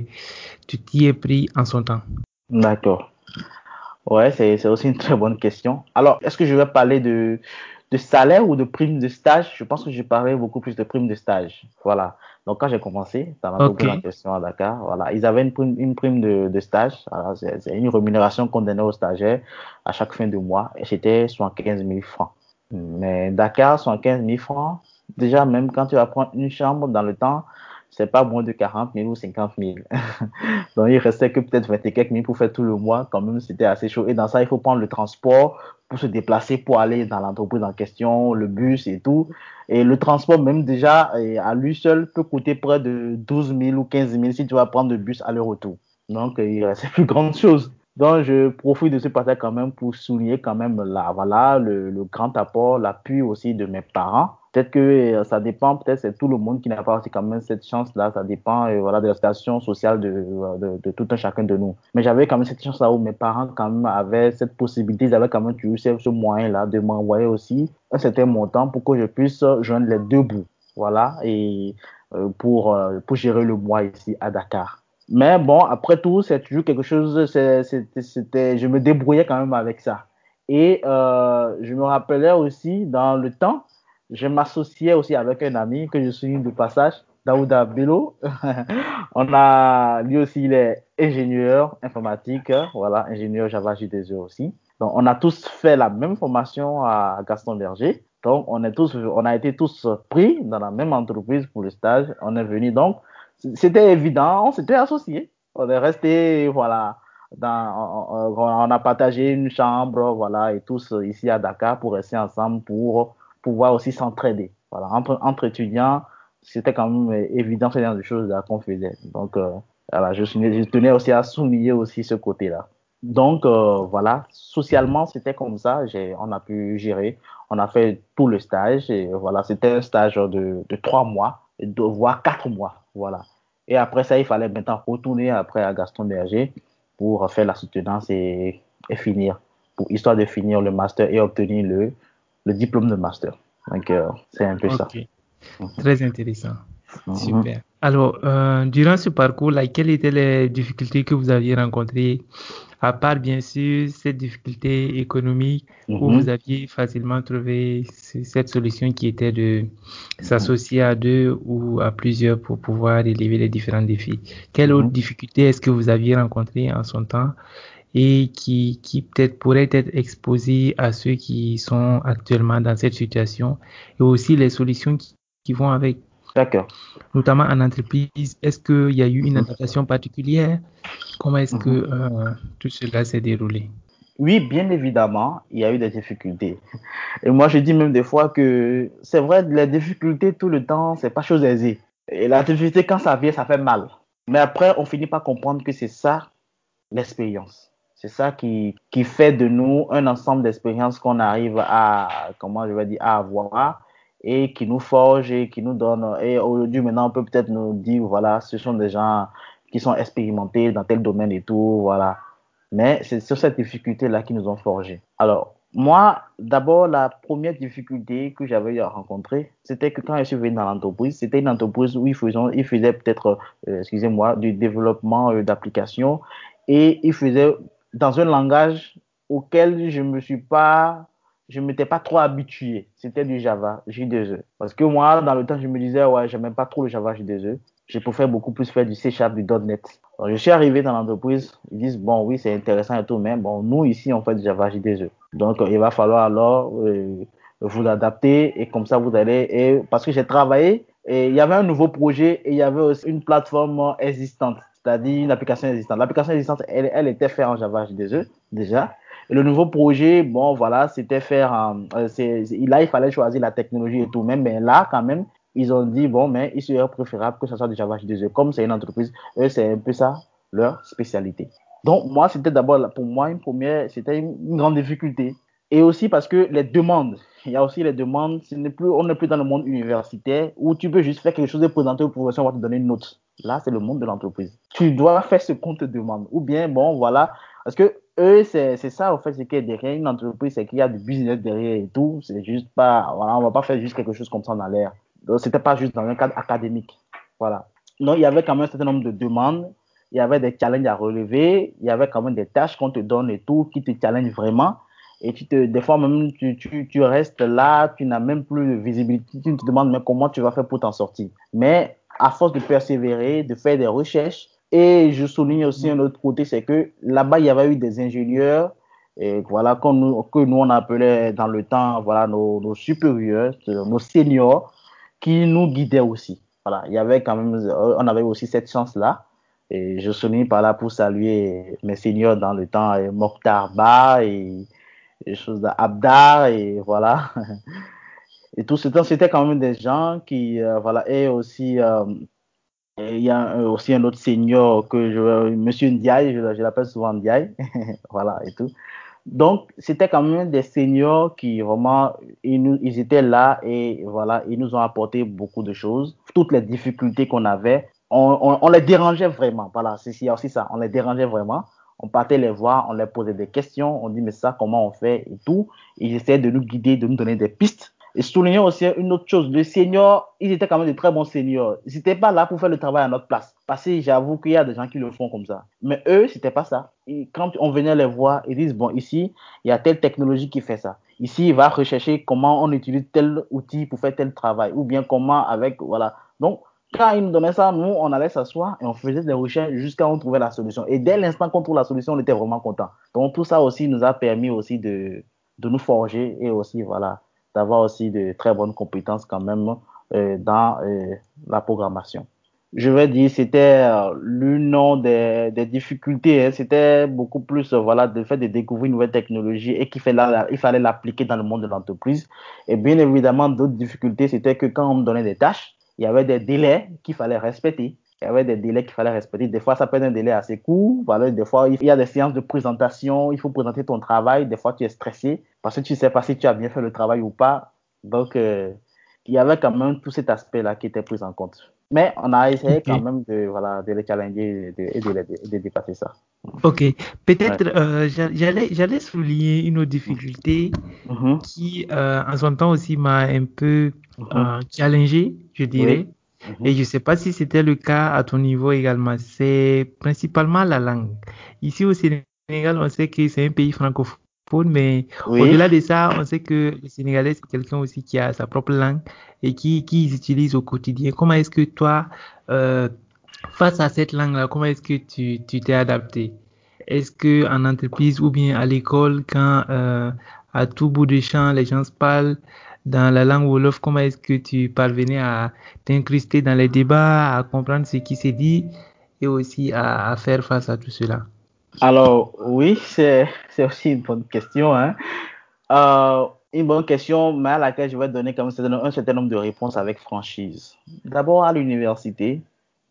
tu t'y es pris en son temps? D'accord. Ouais, c'est aussi une très bonne question. Alors, est-ce que je vais parler de salaire ou de prime de stage? Je pense que je parlais beaucoup plus de prime de stage. Voilà. Donc, quand j'ai commencé dans Ok, l'entreprise en question à Dakar, voilà, ils avaient une prime de stage. Alors, c'est une rémunération qu'on donnait aux stagiaires à chaque fin de mois et c'était 75 000 francs. Mais Dakar, 75 000 francs, déjà, même quand tu vas prendre une chambre dans le temps, c'est pas moins de 40 000 ou 50 000. Donc, il restait que peut-être 20 et quelques minutes pour faire tout le mois. Quand même, c'était assez chaud. Et dans ça, il faut prendre le transport pour se déplacer, pour aller dans l'entreprise en question, le bus et tout. Et le transport, même déjà, à lui seul, peut coûter près de 12 000 ou 15 000 si tu vas prendre le bus aller-retour. Donc, il reste plus grande chose. Donc, je profite de ce passage quand même pour souligner quand même voilà, le grand apport, l'appui aussi de mes parents. Peut-être que ça dépend, peut-être c'est tout le monde qui n'a pas aussi quand même cette chance-là. Ça dépend voilà, de la situation sociale de tout un chacun de nous. Mais j'avais quand même cette chance-là où mes parents quand même avaient cette possibilité, ils avaient quand même eu ce moyen-là de m'envoyer aussi un certain montant pour que je puisse joindre les deux bouts. Voilà, et pour gérer le mois ici à Dakar. Mais bon, après tout, c'est toujours quelque chose, je me débrouillais quand même avec ça. Et je me rappelais aussi dans le temps, je m'associais aussi avec un ami que je suis de passage, Daouda Bello. Lui aussi, il est ingénieur informatique, voilà, ingénieur Java J2E aussi. Donc, on a tous fait la même formation à Gaston Berger. Donc, on a été tous pris dans la même entreprise pour le stage. On est venu donc, c'était évident, on s'était associés. On est resté, voilà, on a partagé une chambre, voilà, et tous ici à Dakar pour rester ensemble, pour pouvoir aussi s'entraider. Voilà, entre étudiants, c'était quand même évident ce genre de choses là qu'on faisait. Donc, voilà, je tenais aussi à souligner aussi ce côté-là. Donc, voilà, socialement, c'était comme ça. On a pu gérer. On a fait tout le stage. Et voilà, c'était un stage de 3 mois, voire 4 mois. Voilà. Et après ça, il fallait maintenant retourner après à Gaston Berger pour faire la soutenance et finir, histoire de finir le master et obtenir le diplôme de master. Donc, c'est un peu ça. Ok, très intéressant. Mhm. Super. Alors, durant ce parcours-là, quelles étaient les difficultés que vous aviez rencontrées, à part bien sûr cette difficulté économique où vous Mhm. aviez facilement trouvé cette solution qui était de Mhm. s'associer à deux ou à plusieurs pour pouvoir relever les différents défis. Quelle autre Mhm. difficulté est-ce que vous aviez rencontrée en son temps et qui peut-être pourrait être exposée à ceux qui sont actuellement dans cette situation et aussi les solutions qui vont avec? D'accord. Notamment en entreprise, est-ce qu'il y a eu une Mhm. adaptation particulière? Comment est-ce que Mhm. tout cela s'est déroulé? Oui, bien évidemment, il y a eu des difficultés. Et moi, je dis même des fois que c'est vrai, les difficultés tout le temps, c'est pas chose aisée. Et la difficulté, quand ça vient, ça fait mal. Mais après, on finit par comprendre que c'est ça l'expérience. C'est ça qui fait de nous un ensemble d'expériences qu'on arrive à, comment je vais dire, à avoir et qui nous forge et qui nous donne. Et aujourd'hui, maintenant, on peut peut-être nous dire, voilà, ce sont des gens qui sont expérimentés dans tel domaine et tout, voilà. Mais c'est sur cette difficulté-là qu'ils nous ont forgé. Alors, moi, d'abord, la première difficulté que j'avais eu à rencontrer, c'était que quand je suis venu dans l'entreprise, c'était une entreprise où ils faisaient peut-être, excusez-moi, du développement d'applications et ils faisaient dans un langage auquel je m'étais pas trop habitué. C'était du Java, J2E. Parce que moi, dans le temps, je me disais, ouais, j'aimais pas trop le Java J2E. Je préfère beaucoup plus faire du C Sharp, du .NET. Donc, je suis arrivé dans l'entreprise, ils disent, bon, oui, c'est intéressant et tout, mais bon, nous, ici, on fait du Java J2E. Donc, il va falloir alors vous adapter et comme ça, vous allez. Et parce que j'ai travaillé, et il y avait un nouveau projet et il y avait aussi une plateforme existante, c'est-à-dire une application existante. L'application existante, elle était faite en Java J2E déjà. Et le nouveau projet, bon, voilà, c'était faire. Là, il fallait choisir la technologie et tout, même, mais là, quand même, ils ont dit, bon, mais il serait préférable que ce soit du Java J2E. Comme c'est une entreprise, eux, c'est un peu ça, leur spécialité. Donc, moi, c'était d'abord, pour moi, c'était une grande difficulté. Et aussi parce que les demandes, il y a aussi les demandes, on n'est plus dans le monde universitaire où tu peux juste faire quelque chose et présenter au professeur, on va te donner une note. Là, c'est le monde de l'entreprise. Tu dois faire ce qu'on te demande. Ou bien, bon, voilà. Parce que eux, c'est ça, en fait, c'est qu'il y a derrière une entreprise, c'est qu'il y a du business derrière et tout. C'est juste pas, voilà, on va pas faire juste quelque chose comme ça dans l'air. Donc, c'était pas juste dans un cadre académique. Voilà. Donc, il y avait quand même un certain nombre de demandes. Il y avait des challenges à relever. Il y avait quand même des tâches qu'on te donne et tout, qui te challengent vraiment. Et des fois même, tu restes là, tu n'as même plus de visibilité. Tu te demandes mais comment tu vas faire pour t'en sortir. Mais à force de persévérer, de faire des recherches, et je souligne aussi un autre côté, c'est que là-bas, il y avait eu des ingénieurs, et voilà, que nous on appelait dans le temps, voilà, nos supérieurs, nos seniors, qui nous guidaient aussi. Voilà, il y avait quand même, on avait aussi cette chance-là. Et je souligne par là pour saluer mes seniors dans le temps, Mokhtar Ba et des choses d'Abdar et voilà. Et tout ce temps, c'était quand même des gens qui, voilà, et aussi, et il y a aussi un autre senior Monsieur Ndiaye, je l'appelle souvent Ndiaye, voilà, et tout. Donc, c'était quand même des seniors qui vraiment, ils étaient là et voilà, ils nous ont apporté beaucoup de choses. Toutes les difficultés qu'on avait, on les dérangeait vraiment. Voilà, c'est aussi ça, on les dérangeait vraiment. On partait les voir, on leur posait des questions, on dit mais ça, comment on fait et tout. Ils essayaient de nous guider, de nous donner des pistes. Et soulignons aussi une autre chose, les seniors, ils étaient quand même de très bons seniors. Ils n'étaient pas là pour faire le travail à notre place. Parce que j'avoue qu'il y a des gens qui le font comme ça. Mais eux, c'était pas ça. Et quand on venait les voir, ils disent, bon, ici, il y a telle technologie qui fait ça. Ici, il va rechercher comment on utilise tel outil pour faire tel travail. Ou bien comment avec, voilà. Donc, quand ils nous donnaient ça, nous, on allait s'asseoir et on faisait des recherches jusqu'à on trouvait la solution. Et dès l'instant qu'on trouve la solution, on était vraiment content. Donc, tout ça aussi nous a permis aussi de nous forger et aussi, voilà, d'avoir aussi de très bonnes compétences quand même dans la programmation. je vais dire, c'était l'une des difficultés. Hein. C'était beaucoup plus, voilà, le fait de découvrir une nouvelle technologie et il fallait l'appliquer dans le monde de l'entreprise. Et bien évidemment, d'autres difficultés, c'était que quand on me donnait des tâches, il y avait des délais qu'il fallait respecter. Il y avait des délais qu'il fallait respecter. Des fois, ça peut être un délai assez court. Voilà, des fois, il y a des séances de présentation. Il faut présenter ton travail. Des fois, tu es stressé parce que tu ne sais pas si tu as bien fait le travail ou pas. Donc, il y avait quand même tout cet aspect-là qui était pris en compte. Mais on a essayé quand Ok. même de les challenger et de dépasser ça. Ok. Ouais. Peut-être j'allais souligner une autre difficulté Mhm, qui, en son temps aussi, m'a un peu mhm. challengé, je Oui. dirais. Et Mhm. je ne sais pas si c'était le cas à ton niveau également. C'est principalement la langue. Ici au Sénégal, on sait que c'est un pays francophone, mais Oui. au-delà de ça, on sait que le Sénégalais, c'est quelqu'un aussi qui a sa propre langue et qui utilise au quotidien. Comment est-ce que toi, euh, face à cette langue-là, comment est-ce que tu t'es adapté? Est-ce que en entreprise ou bien à l'école, quand à tout bout de champ, les gens se parlent dans la langue Wolof, comment est-ce que tu parvenais à t'incruster dans les débats, à comprendre ce qui s'est dit et aussi à faire face à tout cela? Alors, oui, c'est aussi une bonne question, hein. Euh, une bonne question, mais à laquelle je vais donner comme un certain nombre de réponses avec franchise. D'abord, à l'université,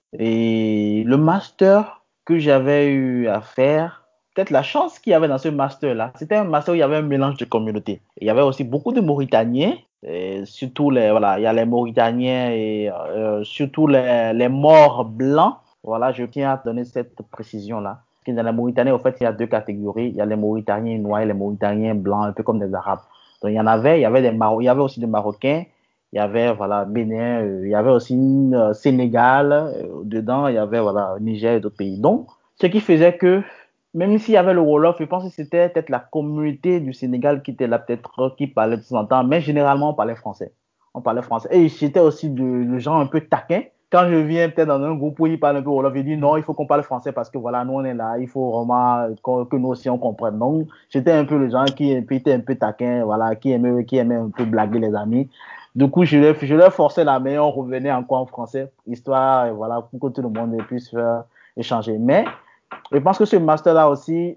et le master que j'avais eu à faire, peut-être la chance qu'il y avait dans ce master-là, c'était un master où il y avait un mélange de communautés. Il y avait aussi beaucoup de Mauritaniens, et surtout voilà, il y a les Mauritaniens et surtout les Morts blancs. Voilà, je tiens à donner cette précision-là. Parce que dans la Mauritanie, en fait, il y a deux catégories. Il y a les Mauritaniens noirs et les Mauritaniens blancs, un peu comme des Arabes. Donc, il y avait aussi des Marocains, il y avait voilà Bénin, il y avait aussi Sénégal dedans, il y avait voilà Niger et d'autres pays. Donc, ce qui faisait que même s'il y avait le Wolof, je pense que c'était peut-être la communauté du Sénégal qui était là, peut-être qui parlait de temps en temps, mais généralement on parlait français. On parlait français. Et j'étais aussi le genre un peu taquin. Quand je viens peut-être dans un groupe où ils parlent un peu Wolof, je dis non, il faut qu'on parle français parce que voilà, nous on est là, il faut vraiment que nous aussi on comprenne. Donc, j'étais un peu le genre qui était un peu taquin, voilà, qui aimait un peu blaguer les amis. Du coup, je leur forçais la main, on revenait encore en français, histoire, voilà, pour que tout le monde puisse faire échanger. Mais je pense que ce master-là aussi,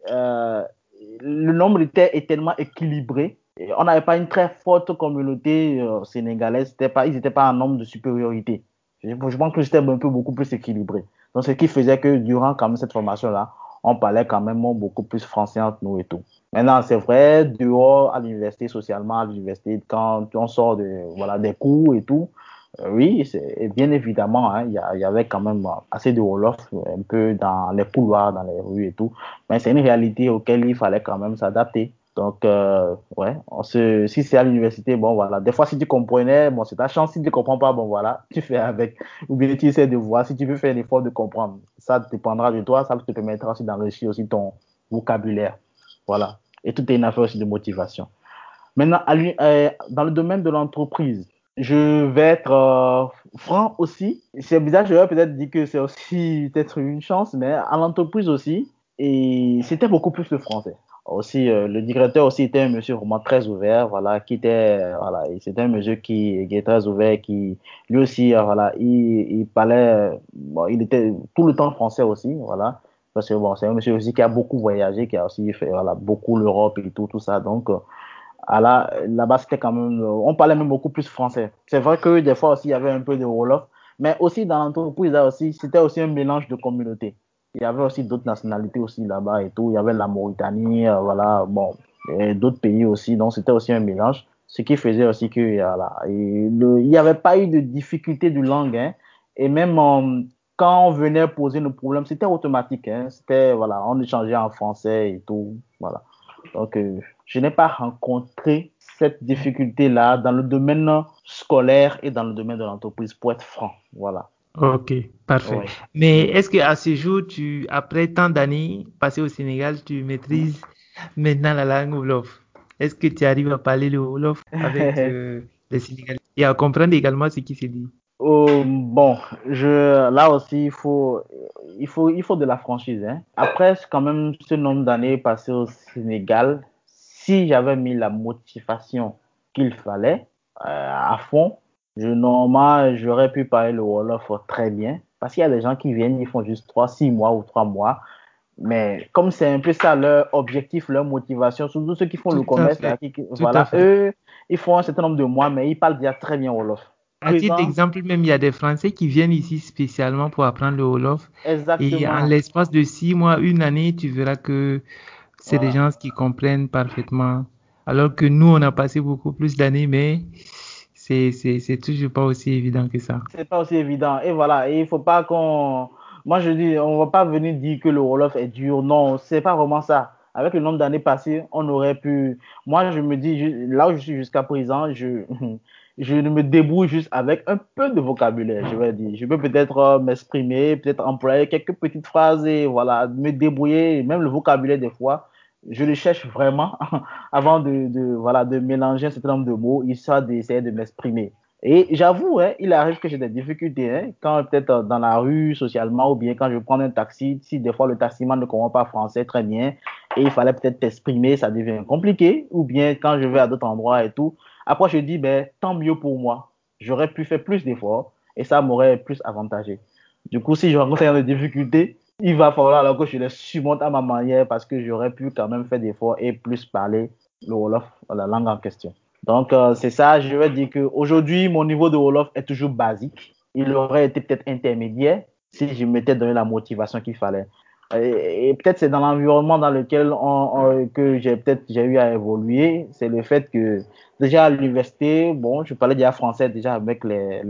le nombre est tellement équilibré. Et on n'avait pas une très forte communauté sénégalaise, ils n'étaient pas en nombre de supériorité. Je pense que c'était un peu beaucoup plus équilibré. Donc, ce qui faisait que durant quand même cette formation-là, on parlait quand même beaucoup plus français entre nous et tout. Maintenant, c'est vrai, dehors, à l'université, socialement, à l'université, quand on sort voilà, des cours et tout, oui, et bien évidemment, hein, il y avait quand même assez de Wolof un peu dans les couloirs, dans les rues et tout. Mais c'est une réalité auquel il fallait quand même s'adapter. Donc, ouais, si c'est à l'université, bon, voilà. Des fois, si tu comprenais, bon, c'est ta chance. Si tu ne comprends pas, bon, voilà, tu fais avec. Ou bien tu essaies de voir si tu veux faire l'effort de comprendre. Ça dépendra de toi. Ça te permettra aussi d'enrichir aussi ton vocabulaire. Voilà. Et tout est une affaire aussi de motivation. Maintenant, dans le domaine de l'entreprise, je vais être franc aussi. C'est bizarre, je vais peut-être dire que c'est aussi peut-être une chance, mais à l'entreprise aussi, et c'était beaucoup plus le français. Aussi, le directeur aussi était un monsieur vraiment très ouvert, voilà, voilà, et c'était un monsieur qui est très ouvert, qui, lui aussi, voilà, il parlait, bon, il était tout le temps français aussi, voilà, parce que bon, c'est un monsieur aussi qui a beaucoup voyagé, qui a aussi fait, voilà, beaucoup l'Europe et tout ça, donc, là-bas, c'était quand même, on parlait même beaucoup plus français. C'est vrai que des fois aussi, il y avait un peu de Wolof, mais aussi dans l'entreprise, c'était aussi un mélange de communautés. Il y avait aussi d'autres nationalités aussi là-bas et tout. Il y avait la Mauritanie, voilà, bon, et d'autres pays aussi. Donc, c'était aussi un mélange. Ce qui faisait aussi que, voilà, il n'y avait pas eu de difficulté de langue, hein. Et même quand on venait poser nos problèmes, c'était automatique, hein. C'était, voilà, on échangeait en français et tout. Voilà. Donc, je n'ai pas rencontré cette difficulté-là dans le domaine scolaire et dans le domaine de l'entreprise, pour être franc. Voilà. Ok, parfait. Oui. Mais Mhm. est-ce qu'à ce jour, après tant d'années passées au Sénégal, tu Mhm. maîtrises maintenant la langue Wolof? Est-ce que tu arrives à parler le Wolof avec les Sénégalais et à comprendre également ce qui se dit? Bon, là aussi, il faut de la franchise, hein. Après, quand même, ce nombre d'années passées au Sénégal, si j'avais mis la motivation qu'il fallait à fond, normalement, j'aurais pu parler le Wolof très bien. Parce qu'il y a des gens qui viennent, ils font juste 6 mois ou 3 mois. Mais comme c'est un peu ça leur objectif, leur motivation, surtout ceux qui font le Tout à commerce, là, fait. Tout à fait. eux, ils font un certain nombre de mois, mais ils parlent déjà très bien Wolof. À titre Présent, d'exemple, même, il y a des Français qui viennent ici spécialement pour apprendre le Wolof. Et en exactement. l'espace de 6 mois, une année, tu verras que c'est des Voilà. gens qui comprennent parfaitement. Alors que nous, on a passé beaucoup plus d'années, mais c'est toujours pas aussi évident que ça. C'est pas aussi évident. Et voilà, et il faut pas qu'on. Moi, je dis, on va pas venir dire que le Wolof est dur. Non, c'est pas vraiment ça. Avec le nombre d'années passées, on aurait pu. Moi, je me dis, là où je suis jusqu'à présent, je me débrouille juste avec un peu de vocabulaire, je vais dire. Je peux peut-être m'exprimer, peut-être employer quelques petites phrases et voilà, me débrouiller. Même le vocabulaire, des fois, je le cherche vraiment avant voilà, de mélanger un certain nombre de mots, histoire d'essayer de m'exprimer. Et j'avoue, hein, il arrive que j'ai des difficultés, hein, quand peut-être dans la rue, socialement, ou bien quand je prends un taxi, si des fois le taximan ne comprend pas français très bien, et il fallait peut-être t'exprimer, ça devient compliqué, ou bien quand je vais à d'autres endroits et tout. Après, je dis, ben, tant mieux pour moi. J'aurais pu faire plus d'efforts, et ça m'aurait plus avantagé. Du coup, si je rencontre des difficultés, il va falloir alors que je les surmonte à ma manière, parce que j'aurais pu quand même faire d'efforts et plus parler le Wolof, la langue en question. Donc, c'est ça, je vais dire qu'aujourd'hui, mon niveau de Wolof est toujours basique. Il aurait été peut-être intermédiaire si je m'étais donné la motivation qu'il fallait. Et peut-être c'est dans l'environnement dans lequel que j'ai eu à évoluer. C'est le fait que déjà à l'université, bon, je parlais déjà français déjà avec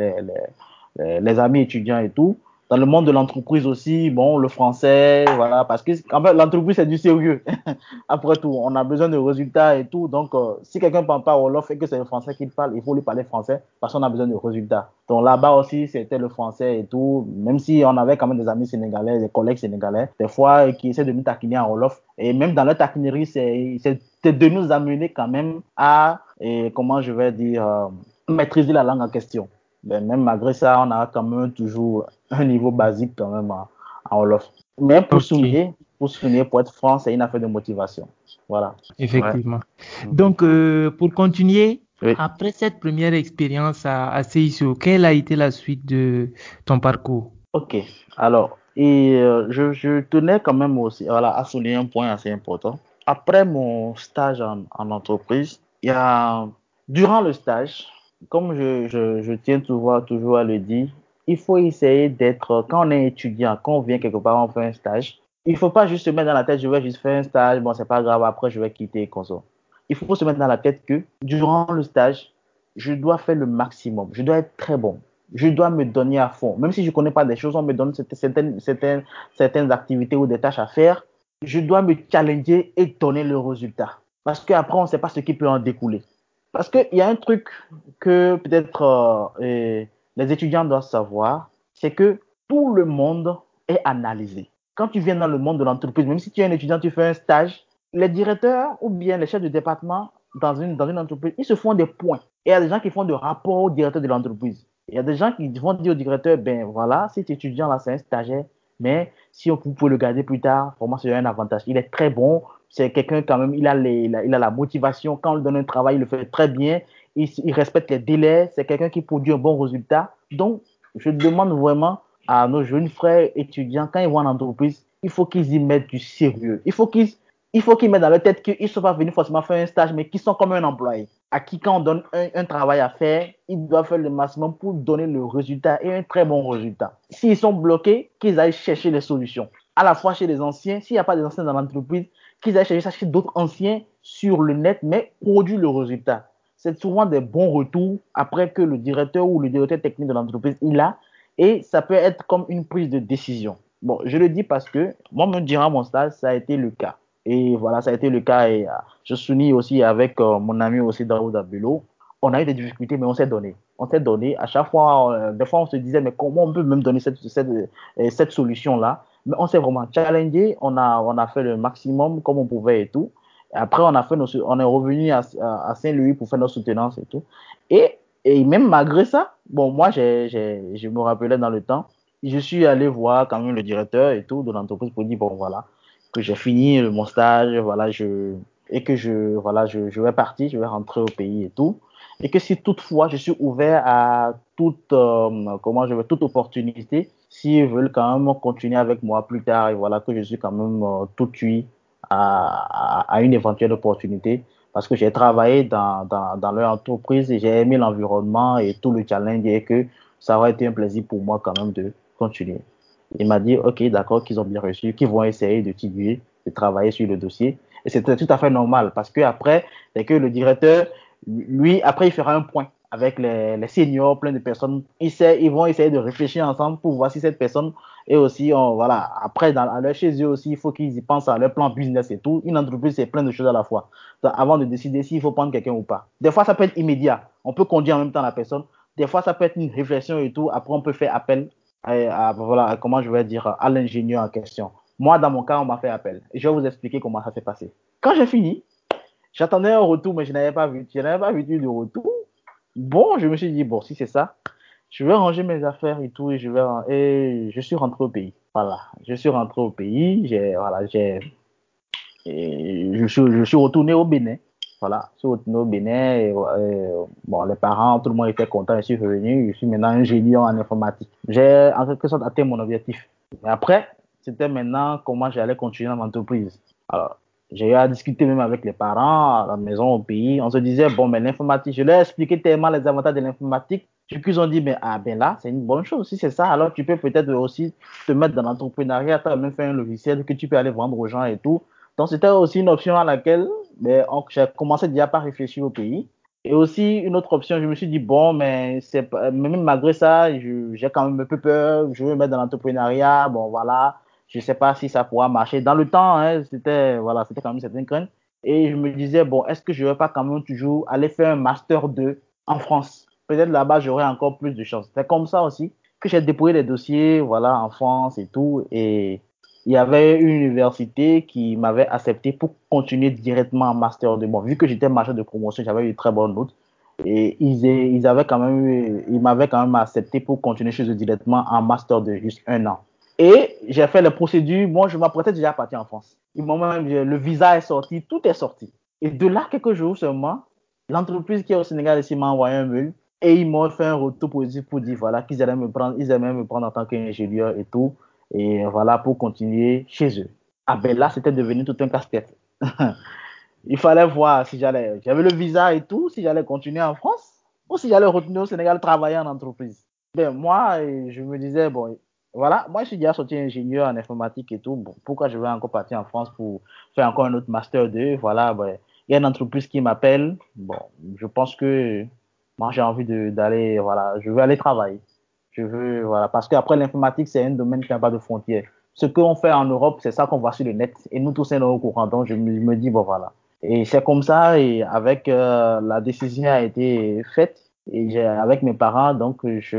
les amis étudiants et tout. Dans le monde de l'entreprise aussi, bon, le français, voilà, parce que en fait, l'entreprise, c'est du sérieux. Après tout, on a besoin de résultats et tout. Donc, si quelqu'un ne parle pas Wolof et que c'est le français qu'il parle, il faut lui parler français parce qu'on a besoin de résultats. Donc là-bas aussi, c'était le français et tout. Même si on avait quand même des amis sénégalais, des collègues sénégalais, des fois, qui essaient de nous taquiner en Wolof. Et même dans leur taquinerie, c'est de nous amener quand même à, et comment je vais dire, maîtriser la langue en question. Ben, même malgré ça, on a quand même toujours un niveau basique quand même en Wolof. Mais Ok, pour souligner, pour être franc, c'est une affaire de motivation. Voilà. Ouais. effectivement. Mhm. Donc, pour continuer, Oui. après cette première expérience à CISO, quelle a été la suite de ton parcours? OK. Alors, et je tenais quand même aussi voilà, à souligner un point assez important. Après mon stage en entreprise, il y a, durant le stage, comme je tiens toujours à le dire, il faut essayer d'être, quand on est étudiant, quand on vient quelque part, on fait un stage, il ne faut pas juste se mettre dans la tête, je vais juste faire un stage, bon, c'est pas grave, après je vais quitter, comme ça. Il faut se mettre dans la tête que durant le stage, je dois faire le maximum, je dois être très bon, je dois me donner à fond. Même si je ne connais pas des choses, on me donne certaines activités ou des tâches à faire. Je dois me challenger et donner le résultat. Parce qu'après, on ne sait pas ce qui peut en découler. Parce qu'il y a un truc que peut-être les étudiants doivent savoir, c'est que tout le monde est analysé. Quand tu viens dans le monde de l'entreprise, même si tu es un étudiant, tu fais un stage, les directeurs ou bien les chefs de département dans une entreprise, ils se font des points. Et il y a des gens qui font des rapports au directeur de l'entreprise. Il y a des gens qui vont dire au directeur, ben voilà, cet étudiant-là, c'est un stagiaire, mais si vous pouvez le garder plus tard, pour moi, c'est un avantage. Il est très bon, c'est quelqu'un quand même, il a la motivation. Quand on lui donne un travail, il le fait très bien, il respecte les délais, c'est quelqu'un qui produit un bon résultat. Donc, je demande vraiment à nos jeunes frères étudiants, quand ils vont en entreprise, il faut qu'ils y mettent du sérieux. Il faut qu'ils mettent dans leur tête qu'ils ne sont pas venus forcément faire un stage, mais qu'ils sont comme un employé à qui, quand on donne un travail à faire, ils doivent faire le maximum pour donner le résultat et un très bon résultat. S'ils sont bloqués, qu'ils aillent chercher les solutions. À la fois chez les anciens, s'il n'y a pas des anciens dans l'entreprise, qu'ils aillent chercher ça chez d'autres anciens sur le net, mais produisent le résultat. C'est souvent des bons retours après que le directeur ou le directeur technique de l'entreprise il a, et ça peut être comme une prise de décision. Bon, je le dis parce que moi, même durant mon stage, ça a été le cas. Et voilà, ça a été le cas. Et je souligne aussi avec mon ami aussi Daouda Bello. On a eu des difficultés, mais on s'est donné. On s'est donné. À chaque fois, des fois, on se disait, mais comment on peut même donner cette solution-là? Mais on s'est vraiment challengé. On a fait le maximum comme on pouvait et tout. Et après, on est revenu à Saint-Louis pour faire notre soutenance et tout. Et, et même malgré ça, bon, moi, je me rappelais dans le temps, je suis allé voir quand même le directeur et tout de l'entreprise pour dire, bon, voilà, que j'ai fini mon stage, voilà, et que je vais partir, je vais rentrer au pays et tout. Et que si toutefois je suis ouvert à toute opportunité, s'ils veulent quand même continuer avec moi plus tard, et voilà que je suis quand même tout cuit à une éventuelle opportunité, parce que j'ai travaillé dans leur entreprise et j'ai aimé l'environnement et tout le challenge et que ça aurait été un plaisir pour moi quand même de continuer. Il m'a dit, OK, d'accord, qu'ils ont bien reçu, qu'ils vont essayer de t'aiguiller, de travailler sur le dossier. Et c'était tout à fait normal parce que après, c'est que le directeur, lui, après, il fera un point avec les seniors, plein de personnes. Ils vont essayer de réfléchir ensemble pour voir si cette personne est aussi, voilà. Après, chez eux aussi, il faut qu'ils y pensent à leur plan business et tout. Une entreprise, c'est plein de choses à la fois. Donc, avant de décider s'il faut prendre quelqu'un ou pas. Des fois, ça peut être immédiat. On peut conduire en même temps la personne. Des fois, ça peut être une réflexion et tout. Après, on peut faire appel voilà, comment je vais dire, à l'ingénieur en question. Moi, dans mon cas, on m'a fait appel. Et je vais vous expliquer comment ça s'est passé. Quand j'ai fini, j'attendais un retour, mais je n'avais pas vu de retour. Bon, je me suis dit, bon, si c'est ça, je vais ranger mes affaires et tout, et je suis rentré au pays. Voilà, je suis rentré au pays, je suis retourné au Bénin. Voilà, je suis retourné au Bénin. Bon, les parents, tout le monde était content. Je suis revenu. Je suis maintenant ingénieur en informatique. J'ai en quelque sorte atteint mon objectif. Mais après, c'était maintenant comment j'allais continuer dans l'entreprise. Alors, j'ai eu à discuter même avec les parents à la maison, au pays. On se disait, bon, mais l'informatique, je leur ai expliqué tellement les avantages de l'informatique qu'ils ont dit, mais ah ben là, c'est une bonne chose. Si c'est ça, alors tu peux peut-être aussi te mettre dans l'entrepreneuriat. Tu as même fait un logiciel que tu peux aller vendre aux gens et tout. Donc, c'était aussi une option à laquelle j'ai commencé déjà par réfléchir au pays. Et aussi, une autre option, je me suis dit, bon, mais même malgré ça, j'ai quand même un peu peur. Je veux me mettre dans l'entrepreneuriat. Bon, voilà. Je ne sais pas si ça pourra marcher. Dans le temps, hein, voilà, c'était quand même certaines craintes. Et je me disais, bon, est-ce que je ne vais pas quand même toujours aller faire un Master 2 en France? Peut-être là-bas, j'aurais encore plus de chance. C'est comme ça aussi que j'ai déposé les dossiers, voilà, en France et tout. Et il y avait une université qui m'avait accepté pour continuer directement en master 2. Bon, vu que j'étais major de promotion, j'avais eu de très bonnes notes. Et ils m'avaient quand même accepté pour continuer chez eux directement en master 2, juste un an. Et j'ai fait les procédures. Moi, je m'apprêtais déjà à partir en France. Le visa est sorti, tout est sorti. Et de là, quelques jours seulement, l'entreprise qui est au Sénégal ici m'a envoyé un mail et ils m'ont fait un retour positif pour dire voilà, ils aimaient me prendre en tant qu'ingénieur et tout. Et voilà, pour continuer chez eux. Ah ben là, c'était devenu tout un casse-tête. Il fallait voir si j'avais le visa et tout, si j'allais continuer en France ou si j'allais retourner au Sénégal travailler en entreprise. Ben moi, je me disais, bon, voilà, moi je suis déjà sorti ingénieur en informatique et tout. Bon, pourquoi je vais encore partir en France pour faire encore un autre master 2? Voilà, ben, il y a une entreprise qui m'appelle. Bon, je pense que moi j'ai envie d'aller, voilà, je veux aller travailler. Voilà, parce qu'après l'informatique, c'est un domaine qui n'a pas de frontières. Ce qu'on fait en Europe, c'est ça qu'on voit sur le net. Et nous tous, sommes au courant. Donc, je me dis, bon, voilà. Et c'est comme ça, et avec la décision a été faite, et avec mes parents, donc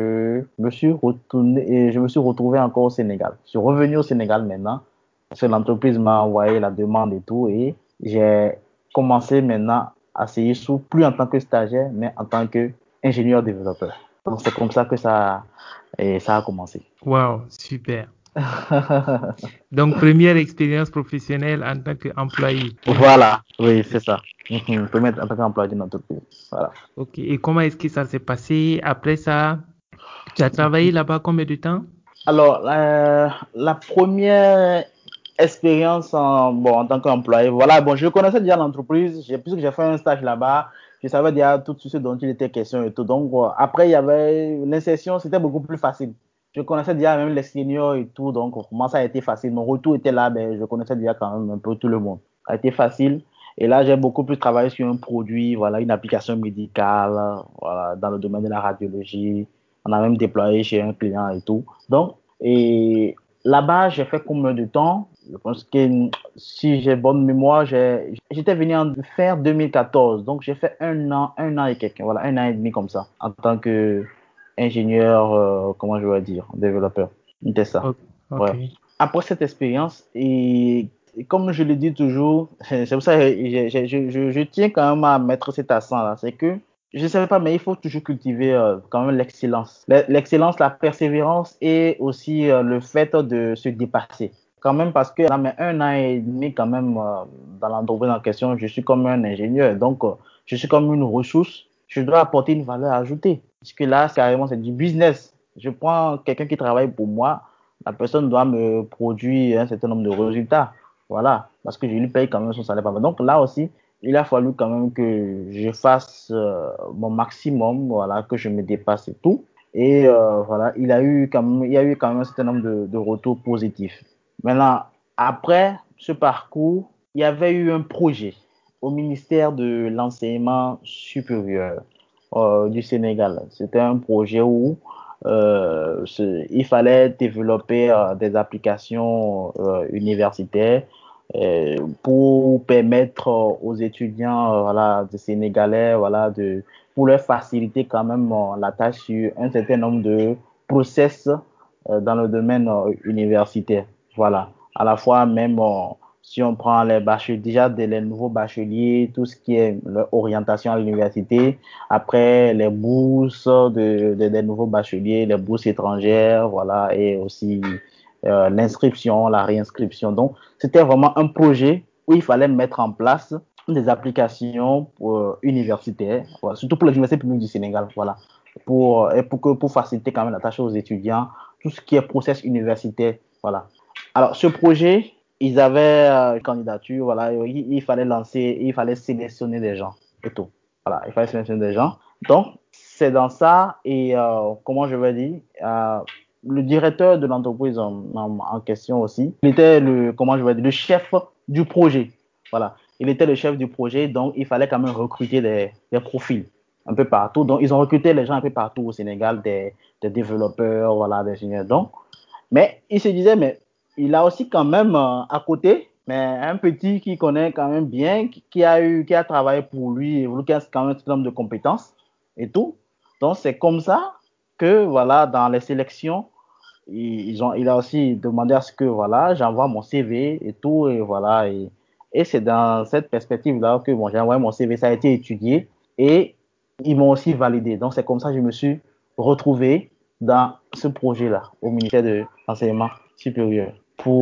je me suis retrouvé encore au Sénégal. Je suis revenu au Sénégal maintenant, parce que l'entreprise m'a envoyé la demande et tout, et j'ai commencé maintenant à essayer sous, plus en tant que stagiaire, mais en tant qu'ingénieur développeur. Donc c'est comme ça que ça a commencé. Wow, super. Donc, première expérience professionnelle en tant qu'employé. Voilà, oui, c'est ça. Premier en tant qu'employé d'une entreprise. Voilà. Ok, et comment est-ce que ça s'est passé après ça? Tu as travaillé là-bas combien de temps? Alors, la première expérience en tant qu'employé, voilà, bon, je connaissais déjà l'entreprise, puisque j'ai fait un stage là-bas, je savais déjà tout ce dont il était question et tout. Donc, après, il y avait l'insertion, c'était beaucoup plus facile. Je connaissais déjà même les seniors et tout, donc pour moi, ça a été facile. Mon retour était là, ben, je connaissais déjà quand même un peu tout le monde. Ça a été facile. Et là, j'ai beaucoup plus travaillé sur un produit, voilà, une application médicale, voilà, dans le domaine de la radiologie. On a même déployé chez un client et tout. Donc, et là-bas, j'ai fait combien de temps? Je pense que si j'ai bonne mémoire, j'étais venu en fin 2014. Donc, j'ai fait un an et quelques, voilà, un an et demi comme ça, en tant que ingénieur, comment je vais dire, développeur. C'était ça. Ok. Ouais. Après cette expérience, et comme je le dis toujours, c'est pour ça que je tiens quand même à mettre cet accent-là, c'est que je ne sais pas, mais il faut toujours cultiver quand même l'excellence. L'excellence, la persévérance et aussi le fait de se dépasser. Quand même parce que là, mais un an et demi quand même dans l'entreprise en question, je suis comme un ingénieur. Donc, je suis comme une ressource. Je dois apporter une valeur ajoutée. Puisque là, carrément, c'est du business. Je prends quelqu'un qui travaille pour moi, la personne doit me produire un certain nombre de résultats. Voilà, parce que je lui paye quand même son salaire. Donc là aussi, il a fallu quand même que je fasse mon maximum, voilà, que je me dépasse et tout. Et voilà, il y a eu quand même un certain nombre de retours positifs. Maintenant, après ce parcours, il y avait eu un projet au ministère de l'enseignement supérieur du Sénégal. C'était un projet où il fallait développer des applications universitaires pour permettre aux étudiants voilà, de Sénégalais voilà, pour leur faciliter quand même la tâche sur un certain nombre de process dans le domaine universitaire. Voilà. À la fois même si on prend les bacheliers, déjà les nouveaux bacheliers, tout ce qui est l'orientation à l'université, après les bourses des nouveaux bacheliers, les bourses étrangères, voilà, et aussi l'inscription, la réinscription. Donc, c'était vraiment un projet où il fallait mettre en place des applications universitaires, voilà, surtout pour les universités publiques du Sénégal, voilà, pour faciliter quand même la tâche aux étudiants, tout ce qui est process universitaire, voilà. Alors, ce projet, ils avaient une candidature, voilà, il fallait lancer, il fallait sélectionner des gens et tout. Voilà, il fallait sélectionner des gens. Donc, c'est dans ça, et comment je vais dire, le directeur de l'entreprise en question aussi, il était comment je vais dire, le chef du projet. Voilà, il était le chef du projet, donc il fallait quand même recruter des profils un peu partout. Donc, ils ont recruté les gens un peu partout au Sénégal, des développeurs, voilà, des ingénieurs. Donc, mais il se disait, mais il a aussi quand même à côté, mais un petit qui connaît quand même bien, qui a travaillé pour lui, qui a quand même un certain nombre de compétences et tout. Donc c'est comme ça que voilà, dans les sélections, il a aussi demandé à ce que voilà, j'envoie mon CV et tout, et voilà. Et c'est dans cette perspective-là que bon, j'ai envoyé mon CV, ça a été étudié et ils m'ont aussi validé. Donc c'est comme ça que je me suis retrouvé dans ce projet-là au ministère de l'enseignement supérieur.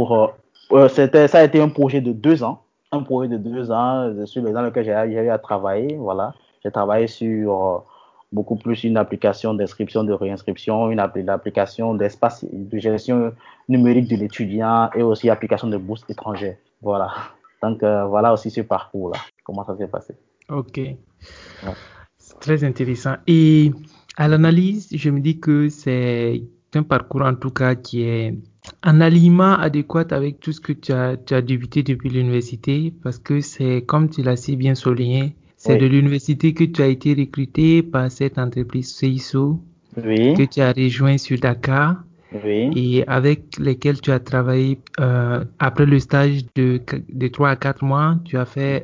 Ça a été un projet de 2 ans, un projet de 2 ans dans lequel j'ai eu à travailler. Voilà, j'ai travaillé sur beaucoup plus une application d'inscription, de réinscription, une application d'espace de gestion numérique de l'étudiant et aussi application de bourse étrangère. Voilà. Donc voilà aussi ce parcours-là, comment ça s'est passé. Ok, Ouais. c'est très intéressant. Et à l'analyse, je me dis que c'est un parcours en tout cas qui est en alignement adéquat avec tout ce que tu as débuté depuis l'université, parce que c'est, comme tu l'as si bien souligné, c'est de Oui, l'université que tu as été recruté par cette entreprise CISO oui, que tu as rejoint sur Dakar oui, et avec lesquels tu as travaillé après le stage de 3 à 4 mois, tu as fait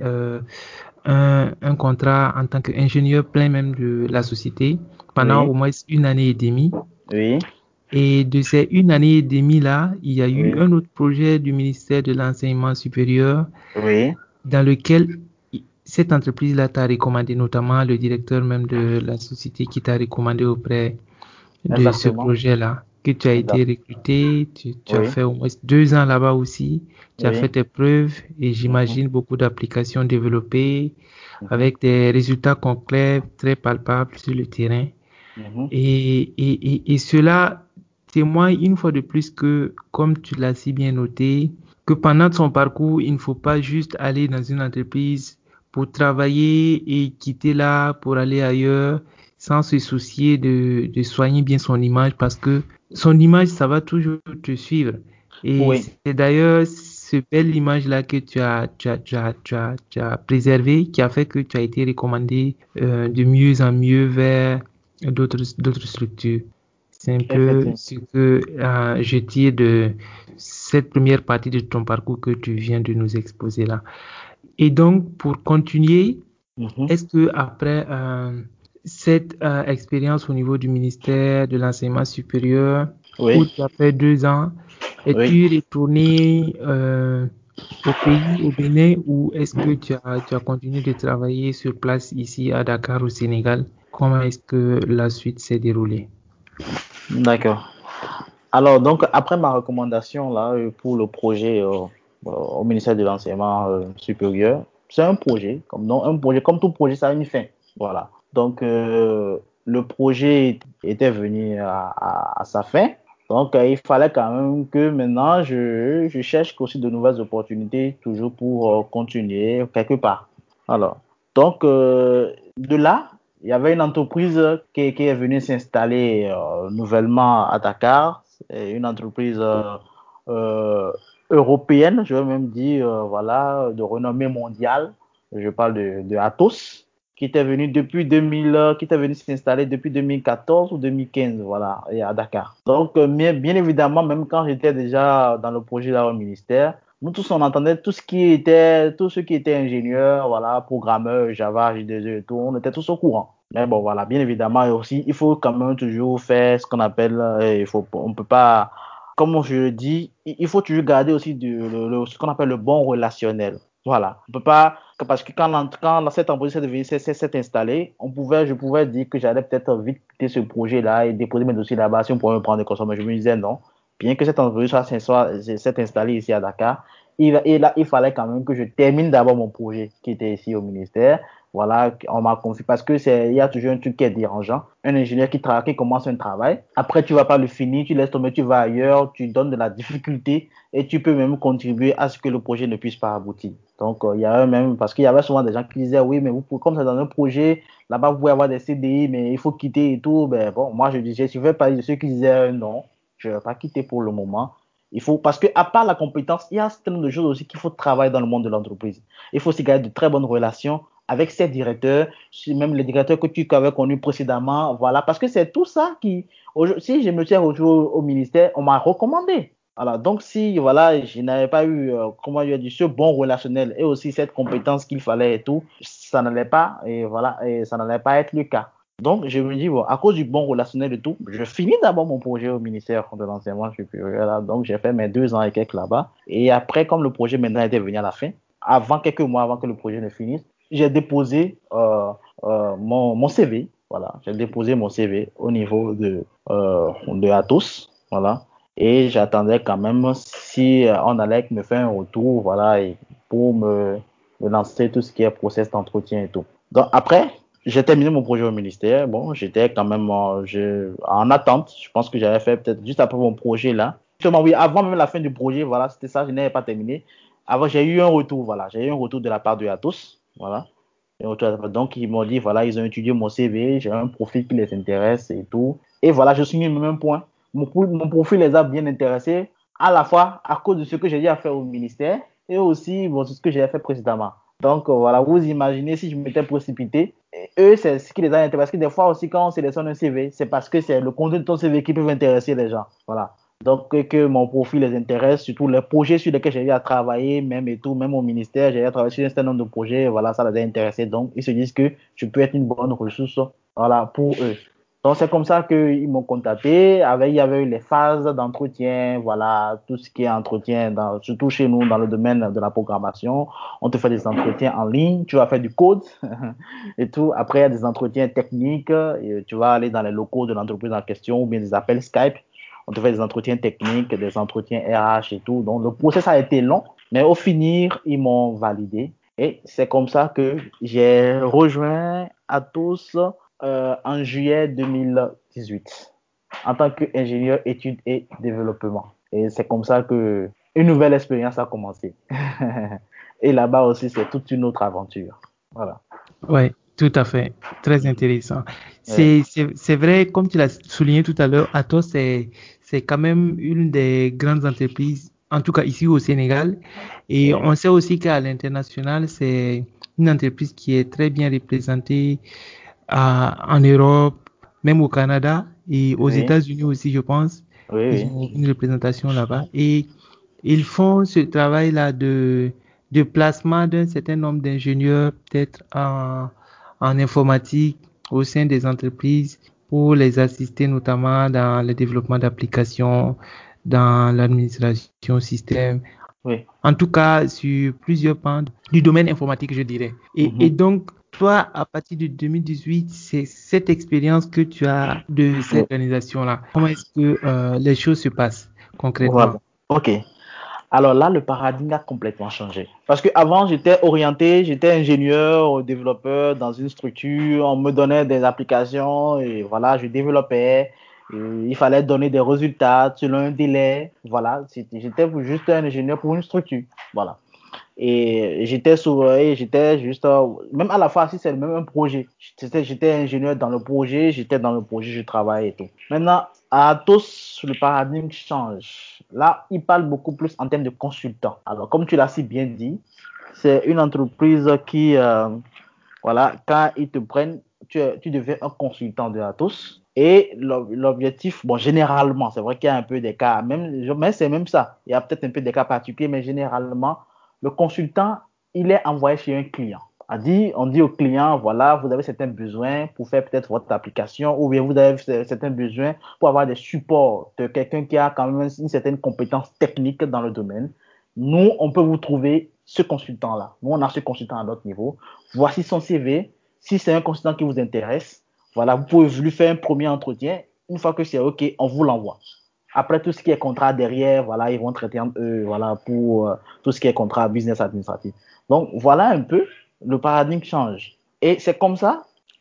un contrat en tant qu'ingénieur plein même de la société pendant oui, au moins une année et demie. oui, Et de ces une année et demie là, il y a eu oui, un autre projet du ministère de l'enseignement supérieur oui, dans lequel cette entreprise-là t'a recommandé, notamment le directeur même de la société qui t'a recommandé auprès de ce exactement, projet-là, que tu as été exact. recruté, tu as Oui, fait au moins 2 ans là-bas aussi, tu as fait oui, tes preuves et mhm, j'imagine beaucoup d'applications développées mhm, avec des résultats concrets, très palpables sur le terrain. mhm. Et cela témoigne une fois de plus que, comme tu l'as si bien noté, que pendant son parcours, il ne faut pas juste aller dans une entreprise pour travailler et quitter là pour aller ailleurs sans se soucier de soigner bien son image parce que son image, ça va toujours te suivre. Et Oui, c'est d'ailleurs cette belle image-là que tu as préservée qui a fait que tu as été recommandé de mieux en mieux vers d'autres structures. C'est un peu effectivement. ce que je tire de cette première partie de ton parcours que tu viens de nous exposer là. Et donc, pour continuer, Mhm. est-ce que après cette expérience au niveau du ministère de l'enseignement supérieur, où Oui, tu as fait 2 ans, oui. es-tu retourné au pays, au Bénin, ou est-ce que tu as continué de travailler sur place ici à Dakar, au Sénégal? Comment est-ce que la suite s'est déroulée? D'accord. Alors, donc, après ma recommandation là, pour le projet au ministère de l'Enseignement supérieur, c'est un projet, comme tout projet, ça a une fin. Voilà. Donc, le projet était venu à sa fin. Donc, il fallait quand même que maintenant, je cherche aussi de nouvelles opportunités, toujours pour continuer quelque part. Alors, donc, de là, il y avait une entreprise qui est venue s'installer nouvellement à Dakar. C'est une entreprise euh, européenne, je vais même dire, voilà, de renommée mondiale. Je parle de Atos, qui était venu depuis 2000, qui était venu s'installer depuis 2014 ou 2015, voilà, et à Dakar. Donc, bien évidemment, même quand j'étais déjà dans le projet là au ministère, nous tous, on entendait tout ce qui était ingénieur, voilà, programmeur, Java, J2E et tout, on était tous au courant. Mais bon, voilà, bien évidemment, et aussi, il faut quand même toujours faire ce qu'on appelle, on peut pas, comme je le dis, il faut toujours garder aussi ce qu'on appelle le bon relationnel. Voilà, on peut pas, parce que quand cette entreprise s'est installée, je pouvais dire que j'allais peut-être vite quitter ce projet-là et déposer mes dossiers là-bas si on pouvait me prendre des consommateurs. Je me disais non, bien que cette entreprise s'est installée ici à Dakar, il fallait quand même que je termine d'abord mon projet qui était ici au ministère. Voilà, on m'a confié parce que il y a toujours un truc qui est dérangeant. Un ingénieur qui commence un travail, après tu vas pas le finir, tu laisses tomber, tu vas ailleurs, tu donnes de la difficulté et tu peux même contribuer à ce que le projet ne puisse pas aboutir. Donc, il y a même, parce qu'il y avait souvent des gens qui disaient, oui, mais comme c'est dans un projet, là-bas, vous pouvez avoir des CDI, mais il faut quitter et tout. Ben, bon, moi, je vais parler de ceux qui disaient, non, je ne vais pas quitter pour le moment. Parce que, à part la compétence, il y a un certain nombre de choses aussi qu'il faut travailler dans le monde de l'entreprise. Il faut aussi garder de très bonnes relations avec ses directeurs, même les directeurs que tu avais connus précédemment, voilà, parce que c'est tout ça si je me tiens au ministère, on m'a recommandé. Voilà, donc si voilà, je n'avais pas eu, comment je dis, ce bon relationnel et aussi cette compétence qu'il fallait et tout, ça n'allait pas, et voilà, et ça n'allait pas être le cas. Donc je me dis, bon, à cause du bon relationnel et tout, je finis d'abord mon projet au ministère de l'enseignement supérieur, là, donc j'ai fait mes 2 ans et quelques là-bas. Et après, comme le projet maintenant était venu à la fin, quelques mois avant que le projet ne finisse, j'ai déposé mon CV, voilà, j'ai déposé mon CV au niveau de Atos, voilà. Et j'attendais quand même si on allait me faire un retour, voilà, et pour me lancer tout ce qui est process d'entretien et tout. Donc après, j'ai terminé mon projet au ministère. Bon, j'étais quand même en attente. Je pense que j'avais fait peut-être juste après mon projet là. Justement, oui, avant même la fin du projet, voilà, c'était ça, je n'avais pas terminé. Avant, j'ai eu un retour, voilà. J'ai eu un retour de la part de Atos, voilà. Donc, ils m'ont dit, voilà, ils ont étudié mon CV, j'ai un profil qui les intéresse et tout. Et voilà, je suis mis au même point. Mon profil les a bien intéressés, à la fois à cause de ce que j'ai déjà fait au ministère et aussi bon, ce que j'ai fait précédemment. Donc, voilà, vous imaginez si je m'étais précipité. Et eux, c'est ce qui les a intéressés. Parce que des fois aussi, quand on sélectionne un CV, c'est parce que c'est le contenu de ton CV qui peut intéresser les gens. Voilà. Donc, que mon profil les intéresse, surtout les projets sur lesquels j'ai eu à travailler, même et tout, même au ministère, j'ai eu à travailler sur un certain nombre de projets, voilà, ça les a intéressés. Donc, ils se disent que je peux être une bonne ressource, voilà, pour eux. Donc, c'est comme ça qu'ils m'ont contacté. Il y avait eu les phases d'entretien, voilà, tout ce qui est entretien, surtout chez nous, dans le domaine de la programmation. On te fait des entretiens en ligne, tu vas faire du code et tout. Après, il y a des entretiens techniques, et tu vas aller dans les locaux de l'entreprise en question ou bien des appels Skype. On te fait des entretiens techniques, des entretiens RH et tout. Donc, le process a été long, mais au finir, ils m'ont validé. Et c'est comme ça que j'ai rejoint Atos en juillet 2018 en tant qu'ingénieur études et développement. Et c'est comme ça que une nouvelle expérience a commencé. Et là-bas aussi, c'est toute une autre aventure. Voilà. Ouais, tout à fait. Très intéressant. Ouais. C'est vrai, comme tu l'as souligné tout à l'heure, Atos, c'est quand même une des grandes entreprises, en tout cas ici au Sénégal. Et Ouais. on sait aussi qu'à l'international, c'est une entreprise qui est très bien représentée en Europe, même au Canada et aux Oui. États-Unis aussi, je pense. Oui, Ils oui. ont une représentation là-bas. Et ils font ce travail-là de placement d'un certain nombre d'ingénieurs, peut-être en informatique, au sein des entreprises, pour les assister notamment dans le développement d'applications, dans l'administration système, Oui. en tout cas sur plusieurs pans du domaine informatique, je dirais. Et Mhm. donc, toi, à partir de 2018, c'est cette expérience que tu as de Oui. cette organisation-là. Comment est-ce que les choses se passent Voilà. concrètement? OK. Alors là, le paradigme a complètement changé. Parce qu'avant, j'étais ingénieur, développeur dans une structure, on me donnait des applications et voilà, je développais. Et il fallait donner des résultats selon un délai. Voilà, j'étais juste un ingénieur pour une structure. Voilà. Et j'étais juste, même à la fois, si c'est le même un projet, j'étais ingénieur dans le projet, j'étais dans le projet, je travaille et tout. Maintenant, à Atos, le paradigme change. Là, il parle beaucoup plus en termes de consultant. Alors, comme tu l'as si bien dit, c'est une entreprise qui, voilà, quand ils te prennent, tu deviens un consultant de Atos. Et l'objectif, bon, généralement, c'est vrai qu'il y a un peu des cas, mais c'est même ça. Il y a peut-être un peu des cas particuliers, mais généralement, le consultant, il est envoyé chez un client. On dit au client, voilà, vous avez certains besoins pour faire peut-être votre application, ou bien vous avez certains besoins pour avoir des supports de quelqu'un qui a quand même une certaine compétence technique dans le domaine. Nous, on peut vous trouver ce consultant-là. Nous, on a ce consultant à notre niveau. Voici son CV. Si c'est un consultant qui vous intéresse, voilà, vous pouvez lui faire un premier entretien. Une fois que c'est OK, on vous l'envoie. Après, tout ce qui est contrat derrière, voilà, ils vont traiter voilà, pour tout ce qui est contrat business administratif. Donc, voilà un peu, le paradigme change. Et c'est comme ça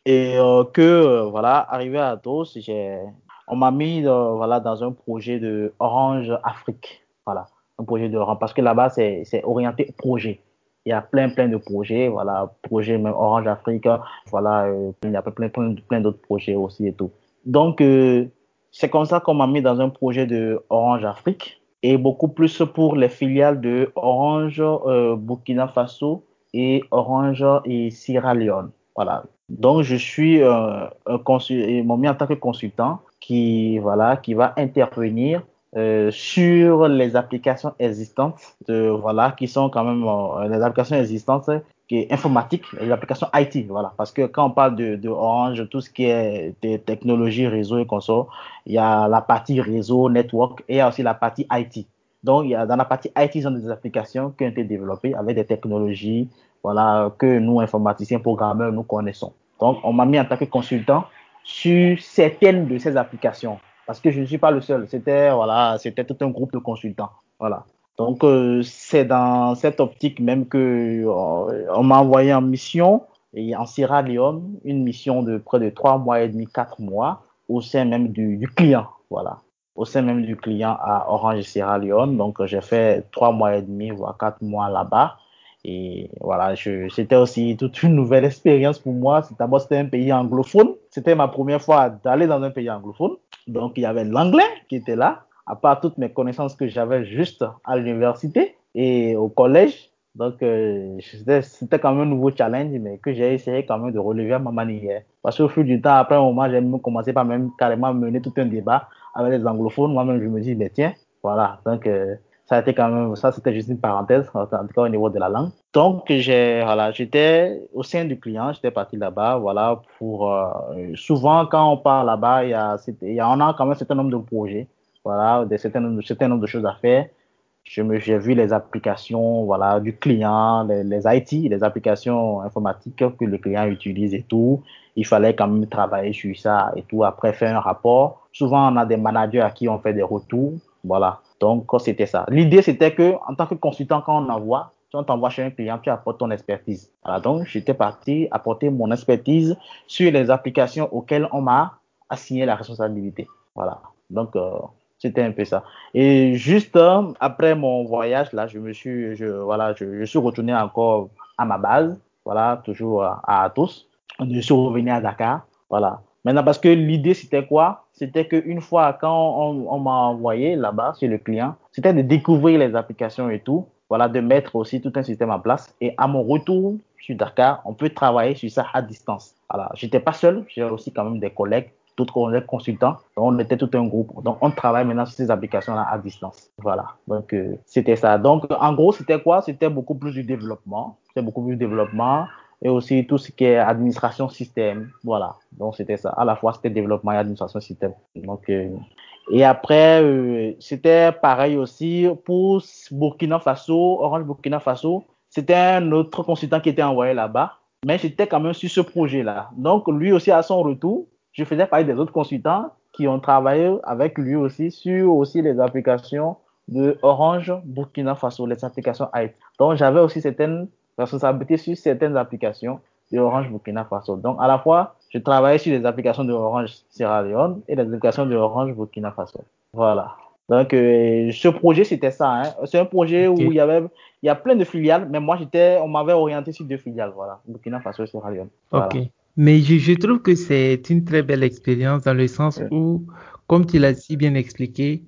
voilà, arrivé à Atos, on m'a mis voilà, dans un projet de Orange Afrique. Voilà, un projet de Orange. Parce que là-bas, c'est orienté projet. Il y a plein de projets, voilà, projet même Orange Afrique, voilà, il y a plein d'autres projets aussi et tout. Donc, c'est comme ça qu'on m'a mis dans un projet de Orange Afrique et beaucoup plus pour les filiales de Orange Burkina Faso et Orange et Sierra Leone. Voilà. Donc, je suis ils m'ont mis en tant que consultant voilà, qui va intervenir sur les applications existantes, voilà, qui sont quand même les applications existantes qui est informatique, les applications IT, voilà. Parce que quand on parle de Orange, tout ce qui est des technologies, réseau et consorts, il y a la partie réseau, network, et il y a aussi la partie IT. Donc, dans la partie IT, ils ont des applications qui ont été développées avec des technologies, voilà, que nous, informaticiens, programmeurs, nous connaissons. Donc, on m'a mis en tant que consultant sur certaines de ces applications. Parce que je ne suis pas le seul. Voilà, c'était tout un groupe de consultants. Voilà. Donc, c'est dans cette optique même que on m'a envoyé en mission et en Sierra Leone, une mission de près de 3 mois et demi, 4 mois, au sein même du client. Voilà. Au sein même du client à Orange Sierra Leone. Donc, j'ai fait 3 mois et demi, voire 4 mois là-bas. Et voilà, c'était aussi toute une nouvelle expérience pour moi. D'abord, c'était un pays anglophone. C'était ma première fois d'aller dans un pays anglophone. Donc, il y avait l'anglais qui était là, à part toutes mes connaissances que j'avais juste à l'université et au collège. Donc, c'était quand même un nouveau challenge, mais que j'ai essayé quand même de relever à ma manière. Parce qu'au fil du temps, après un moment, j'ai même commencé par même carrément mener tout un débat avec les anglophones. Moi-même, je me dis, mais tiens, voilà. Donc, ça a été quand même, ça c'était juste une parenthèse, en tout cas au niveau de la langue. Donc, voilà, j'étais au sein du client, j'étais parti là-bas, voilà, souvent quand on part là-bas, on a quand même un certain nombre de projets, voilà, certain nombre de choses à faire. J'ai vu les applications, voilà, du client, les IT, les applications informatiques que le client utilise et tout. Il fallait quand même travailler sur ça et tout, après faire un rapport. Souvent, on a des managers à qui on fait des retours, voilà. Donc, c'était ça. L'idée, c'était que, en tant que consultant, quand on envoie, si on t'envoie chez un client, tu apportes ton expertise. Voilà, donc, j'étais parti apporter mon expertise sur les applications auxquelles on m'a assigné la responsabilité. Voilà. Donc, c'était un peu ça. Et juste après mon voyage, là, voilà, je suis retourné encore à ma base, voilà, toujours à Atos. Je suis revenu à Dakar, voilà. Maintenant, parce que l'idée, c'était quoi? C'était qu'une fois, quand on m'a envoyé là-bas chez le client, c'était de découvrir les applications et tout, voilà, de mettre aussi tout un système en place. Et à mon retour sur Dakar, on peut travailler sur ça à distance. Voilà, j'étais pas seul, j'ai aussi quand même des collègues, d'autres collègues consultants. Donc, on était tout un groupe. Donc, on travaille maintenant sur ces applications-là à distance. Voilà. Donc, c'était ça. Donc, en gros, c'était quoi? C'était beaucoup plus du développement. C'était beaucoup plus du développement et aussi tout ce qui est administration système. Voilà. Donc, c'était ça. À la fois, c'était développement et administration système. Donc, et après, c'était pareil aussi pour Burkina Faso, Orange Burkina Faso. C'était un autre consultant qui était envoyé là-bas, mais j'étais quand même sur ce projet-là. Donc, lui aussi, à son retour, je faisais partie des autres consultants qui ont travaillé avec lui aussi sur aussi les applications de Orange Burkina Faso, les applications IT. Donc, j'avais aussi certaines responsabilités sur certaines applications de Orange Burkina Faso. Donc, à la fois, je travaillais sur les applications de Orange Sierra Leone et les applications de Orange Burkina Faso. Voilà. Donc, ce projet, c'était ça. Hein. C'est un projet où Ok. il y a plein de filiales, mais moi, on m'avait orienté sur deux filiales. Voilà. Burkina Faso et Sierra Leone. Ok. Voilà. Mais je trouve que c'est une très belle expérience dans le sens où, comme tu l'as si bien expliqué,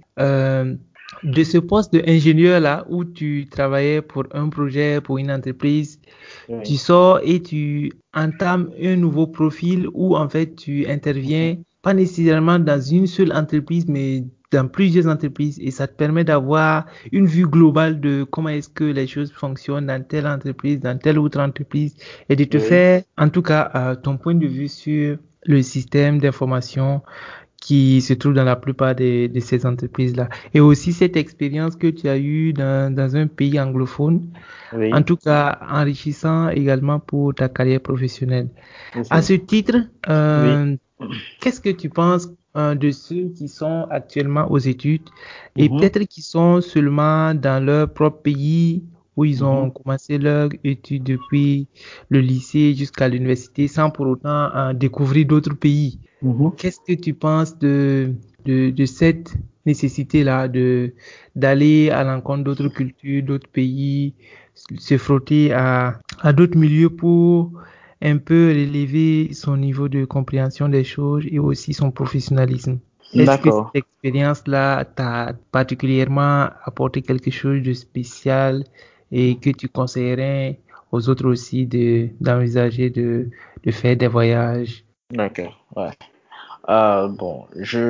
de ce poste d'ingénieur-là où tu travaillais pour un projet, pour une entreprise, tu Oui. sors et tu entames un nouveau profil où en fait tu interviens pas nécessairement dans une seule entreprise, mais dans plusieurs entreprises et ça te permet d'avoir une vue globale de comment est-ce que les choses fonctionnent dans telle entreprise, dans telle autre entreprise et de te Oui. faire en tout cas ton point de vue sur le système d'information qui se trouve dans la plupart de ces entreprises-là. Et aussi cette expérience que tu as eue dans un pays anglophone, en Oui. tout cas enrichissant également pour ta carrière professionnelle. À Aussi. ce titre, Oui. qu'est-ce que tu penses de ceux qui sont actuellement aux études et Mhm. peut-être qui sont seulement dans leur propre pays où ils Mhm. ont commencé leurs études depuis le lycée jusqu'à l'université sans pour autant découvrir d'autres pays? Mhm. Qu'est-ce que tu penses de cette nécessité-là d'aller à l'encontre d'autres cultures, d'autres pays, se frotter à d'autres milieux pour un peu élever son niveau de compréhension des choses et aussi son professionnalisme? Est-ce que cette D'accord. expérience-là t'a particulièrement apporté quelque chose de spécial et que tu conseillerais aux autres aussi d'envisager de faire des voyages? D'accord. Ouais. Bon,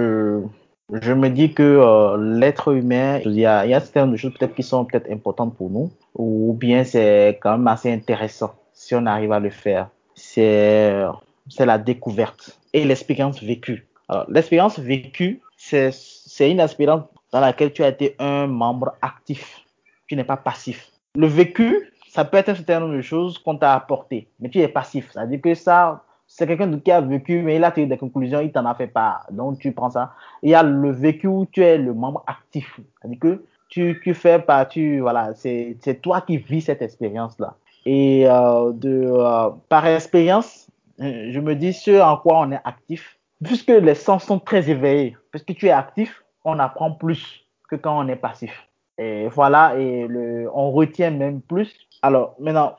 je me dis que l'être humain, il y a un certain nombre de choses peut-être qui sont peut-être importantes pour nous, ou bien c'est quand même assez intéressant si on arrive à le faire. C'est, c'est la découverte et l'expérience vécue. Alors, l'expérience vécue, c'est une expérience dans laquelle tu as été un membre actif. Tu n'es pas passif. Le vécu, ça peut être un certain nombre de choses qu'on t'a apporté, mais tu es passif. C'est-à-dire que ça, c'est quelqu'un qui a vécu, mais il a tiré des conclusions, il t'en a fait part. Donc, tu prends ça. Il y a le vécu où tu es le membre actif. C'est-à-dire que tu fais partie, voilà, c'est toi qui vis cette expérience-là. Et par expérience, je me dis ce en quoi on est actif, puisque les sens sont très éveillés, parce que tu es actif, on apprend plus que quand on est passif. Et voilà, on retient même plus. Alors, maintenant,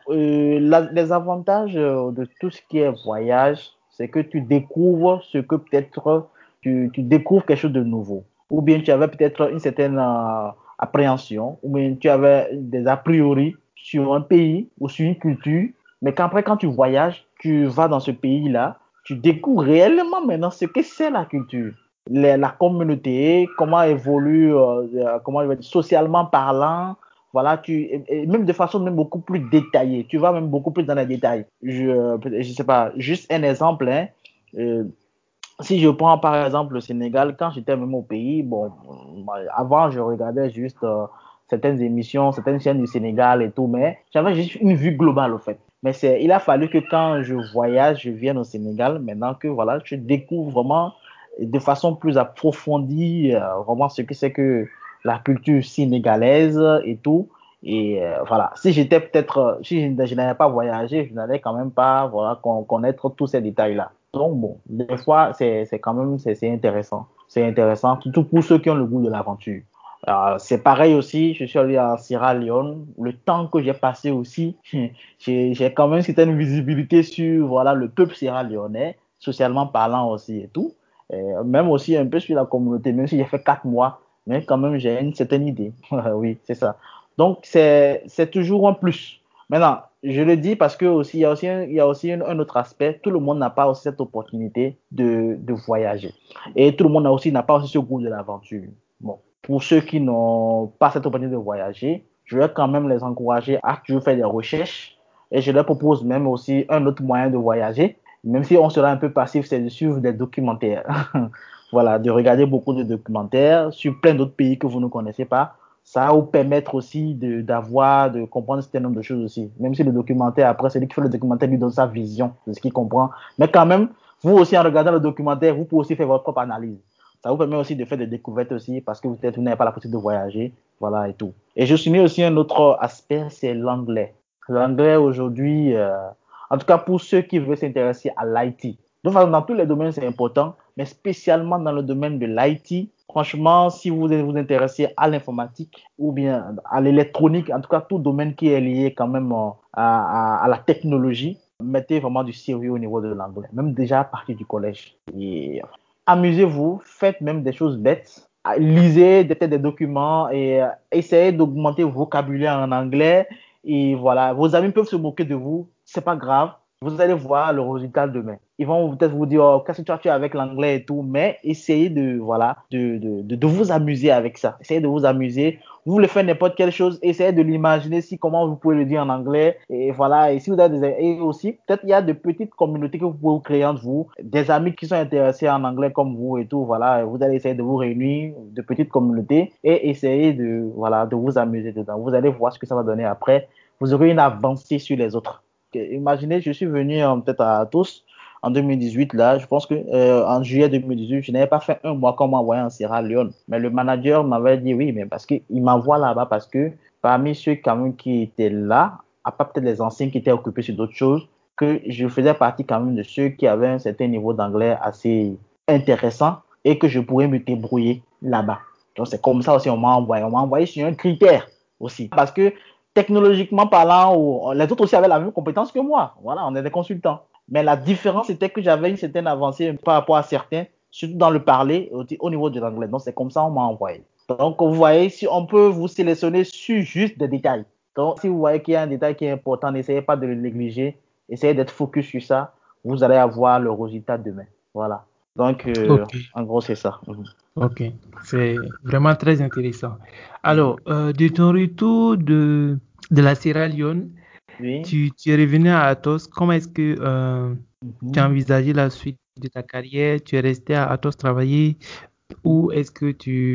les avantages de tout ce qui est voyage, c'est que tu découvres ce que peut-être tu découvres quelque chose de nouveau. Ou bien tu avais peut-être une certaine appréhension, ou bien tu avais des a priori sur un pays ou sur une culture, mais qu'après, quand tu voyages, tu vas dans ce pays-là, tu découvres réellement maintenant ce que c'est la culture, la communauté, comment évolue, comment socialement parlant, voilà, et même de façon même beaucoup plus détaillée. Tu vas même beaucoup plus dans les détails. Je sais pas, juste un exemple, hein, euh, si je prends par exemple le Sénégal, quand j'étais même au pays, bon, avant je regardais juste certaines émissions, certaines chaînes du Sénégal et tout, mais j'avais juste une vue globale au fait. Mais il a fallu que quand je voyage, je vienne au Sénégal, maintenant que voilà, je découvre vraiment de façon plus approfondie vraiment ce que c'est que la culture sénégalaise et tout. Et voilà, si j'étais peut-être, si je n'avais pas voyagé, je n'allais quand même pas voilà, connaître tous ces détails-là. Donc, bon, des fois, c'est quand même c'est intéressant. C'est intéressant, surtout pour ceux qui ont le goût de l'aventure. C'est pareil aussi, je suis allé à Sierra Leone. Le temps que j'ai passé aussi, j'ai quand même une certaine visibilité sur voilà, le peuple sierra-léonais, socialement parlant aussi et tout. Et même aussi un peu sur la communauté, même si j'ai fait 4 mois, mais quand même j'ai une certaine idée. Oui, c'est ça. Donc, c'est toujours un plus. Maintenant, je le dis parce que aussi, il y a aussi un autre aspect. Tout le monde n'a pas aussi cette opportunité de voyager. Et tout le monde n'a pas aussi ce goût de l'aventure. Bon, pour ceux qui n'ont pas cette opportunité de voyager, je vais quand même les encourager à toujours faire des recherches. Et je leur propose même aussi un autre moyen de voyager. Même si on sera un peu passif, c'est de suivre des documentaires. Voilà, de regarder beaucoup de documentaires sur plein d'autres pays que vous ne connaissez pas. Ça va vous permettre aussi de comprendre un certain nombre de choses aussi. Même si le documentaire, après, celui qui fait le documentaire lui donne sa vision de ce qu'il comprend. Mais quand même, vous aussi, en regardant le documentaire, vous pouvez aussi faire votre propre analyse. Ça vous permet aussi de faire des découvertes aussi parce que peut-être vous n'avez pas la possibilité de voyager. Voilà et tout. Et je suis mis aussi un autre aspect, c'est l'anglais. L'anglais aujourd'hui, en tout cas pour ceux qui veulent s'intéresser à l'IT. Donc, dans tous les domaines, c'est important, mais spécialement dans le domaine de l'IT. Franchement, si vous vous intéressez à l'informatique ou bien à l'électronique, en tout cas tout domaine qui est lié quand même à la technologie, mettez vraiment du sérieux au niveau de l'anglais, même déjà à partir du collège. Et amusez-vous, faites même des choses bêtes. Lisez des documents et essayez d'augmenter vos vocabulaire en anglais. Et voilà, vos amis peuvent se moquer de vous, c'est pas grave. Vous allez voir le résultat demain. Ils vont peut-être vous dire, oh, qu'est-ce que tu as fait avec l'anglais et tout, mais essayez voilà, de vous amuser avec ça. Essayez de vous amuser. Vous voulez faire n'importe quelle chose, essayez de l'imaginer si comment vous pouvez le dire en anglais. Et voilà, et si vous avez et aussi, peut-être il y a de petites communautés que vous pouvez vous créer entre vous, des amis qui sont intéressés en anglais comme vous et tout. Voilà, vous allez essayer de vous réunir, de petites communautés et essayer voilà, de vous amuser dedans. Vous allez voir ce que ça va donner après. Vous aurez une avancée sur les autres. Imaginez, je suis venu peut-être à tous en 2018, là, je pense que en juillet 2018, je n'avais pas fait un mois qu'on m'a envoyé en Sierra Leone. Mais le manager m'avait dit oui, mais parce qu'il m'envoie là-bas parce que parmi ceux quand même qui étaient là, à part peut-être les anciens qui étaient occupés sur d'autres choses, que je faisais partie quand même de ceux qui avaient un certain niveau d'anglais assez intéressant et que je pourrais me débrouiller là-bas. Donc c'est comme ça aussi on m'a envoyé. On m'a envoyé sur un critère aussi. Parce que technologiquement parlant, les autres aussi avaient la même compétence que moi. Voilà, on est des consultants. Mais la différence, c'était que j'avais une certaine avancée par rapport à certains, surtout dans le parler au niveau de l'anglais. Donc, c'est comme ça qu'on m'a envoyé. Donc, vous voyez, si on peut vous sélectionner sur juste des détails. Donc, si vous voyez qu'il y a un détail qui est important, n'essayez pas de le négliger. Essayez d'être focus sur ça. Vous allez avoir le résultat demain. Voilà. Donc, Ok, en gros, c'est ça. ok. C'est vraiment très intéressant. Mhm. Alors, de ton retour de la Sierra Leone, Oui. tu es revenu à Athos. Comment est-ce que tu as Mhm. envisagé la suite de ta carrière? Tu es resté à Athos travailler ou est-ce que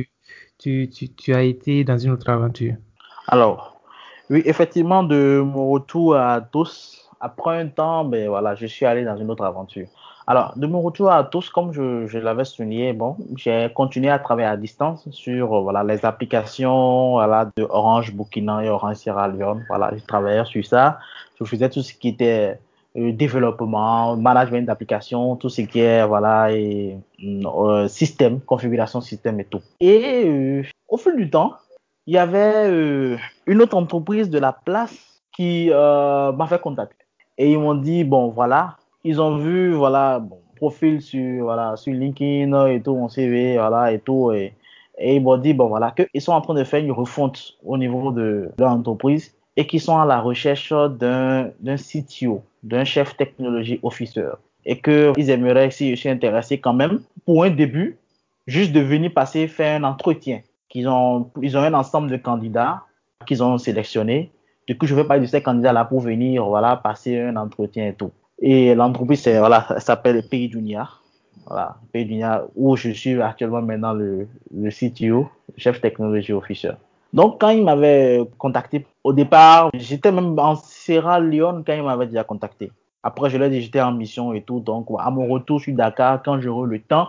tu as été dans une autre aventure? Alors, oui, effectivement, de mon retour à Athos, après un temps, ben voilà, je suis allé dans une autre aventure. Alors, de mon retour à Athos, comme je l'avais souligné, bon, j'ai continué à travailler à distance sur voilà, les applications voilà, de Orange Burkina et Orange Sierra Leone. Voilà, je travaillais sur ça. Je faisais tout ce qui était développement, management d'applications, tout ce qui est voilà, système, configuration système et tout. Et au fil du temps, il y avait une autre entreprise de la place qui m'a fait contact. Et ils m'ont dit, bon, voilà, ils ont vu, voilà, bon, profil voilà, sur LinkedIn et tout, mon CV, voilà, et tout. Et ils m'ont dit, bon, voilà, qu'ils sont en train de faire une refonte au niveau de l'entreprise et qu'ils sont à la recherche d'un CTO, d'un chef technologie officer. Et qu'ils aimeraient, si je suis intéressé quand même, pour un début, juste de venir passer faire un entretien ils ont un ensemble de candidats qu'ils ont sélectionnés. Du coup, je vais parler de ces candidats-là pour venir, voilà, passer un entretien et tout. Et l'entreprise, voilà, ça s'appelle Pays Dunia. Voilà, Pays Dunia, où je suis actuellement maintenant le CTO, chef technologie officer. Donc, quand il m'avait contacté, au départ, j'étais même en Sierra Leone quand il m'avait déjà contacté. Après, je lui ai dit j'étais en mission et tout. Donc, à mon retour sur Dakar, quand j'aurai le temps,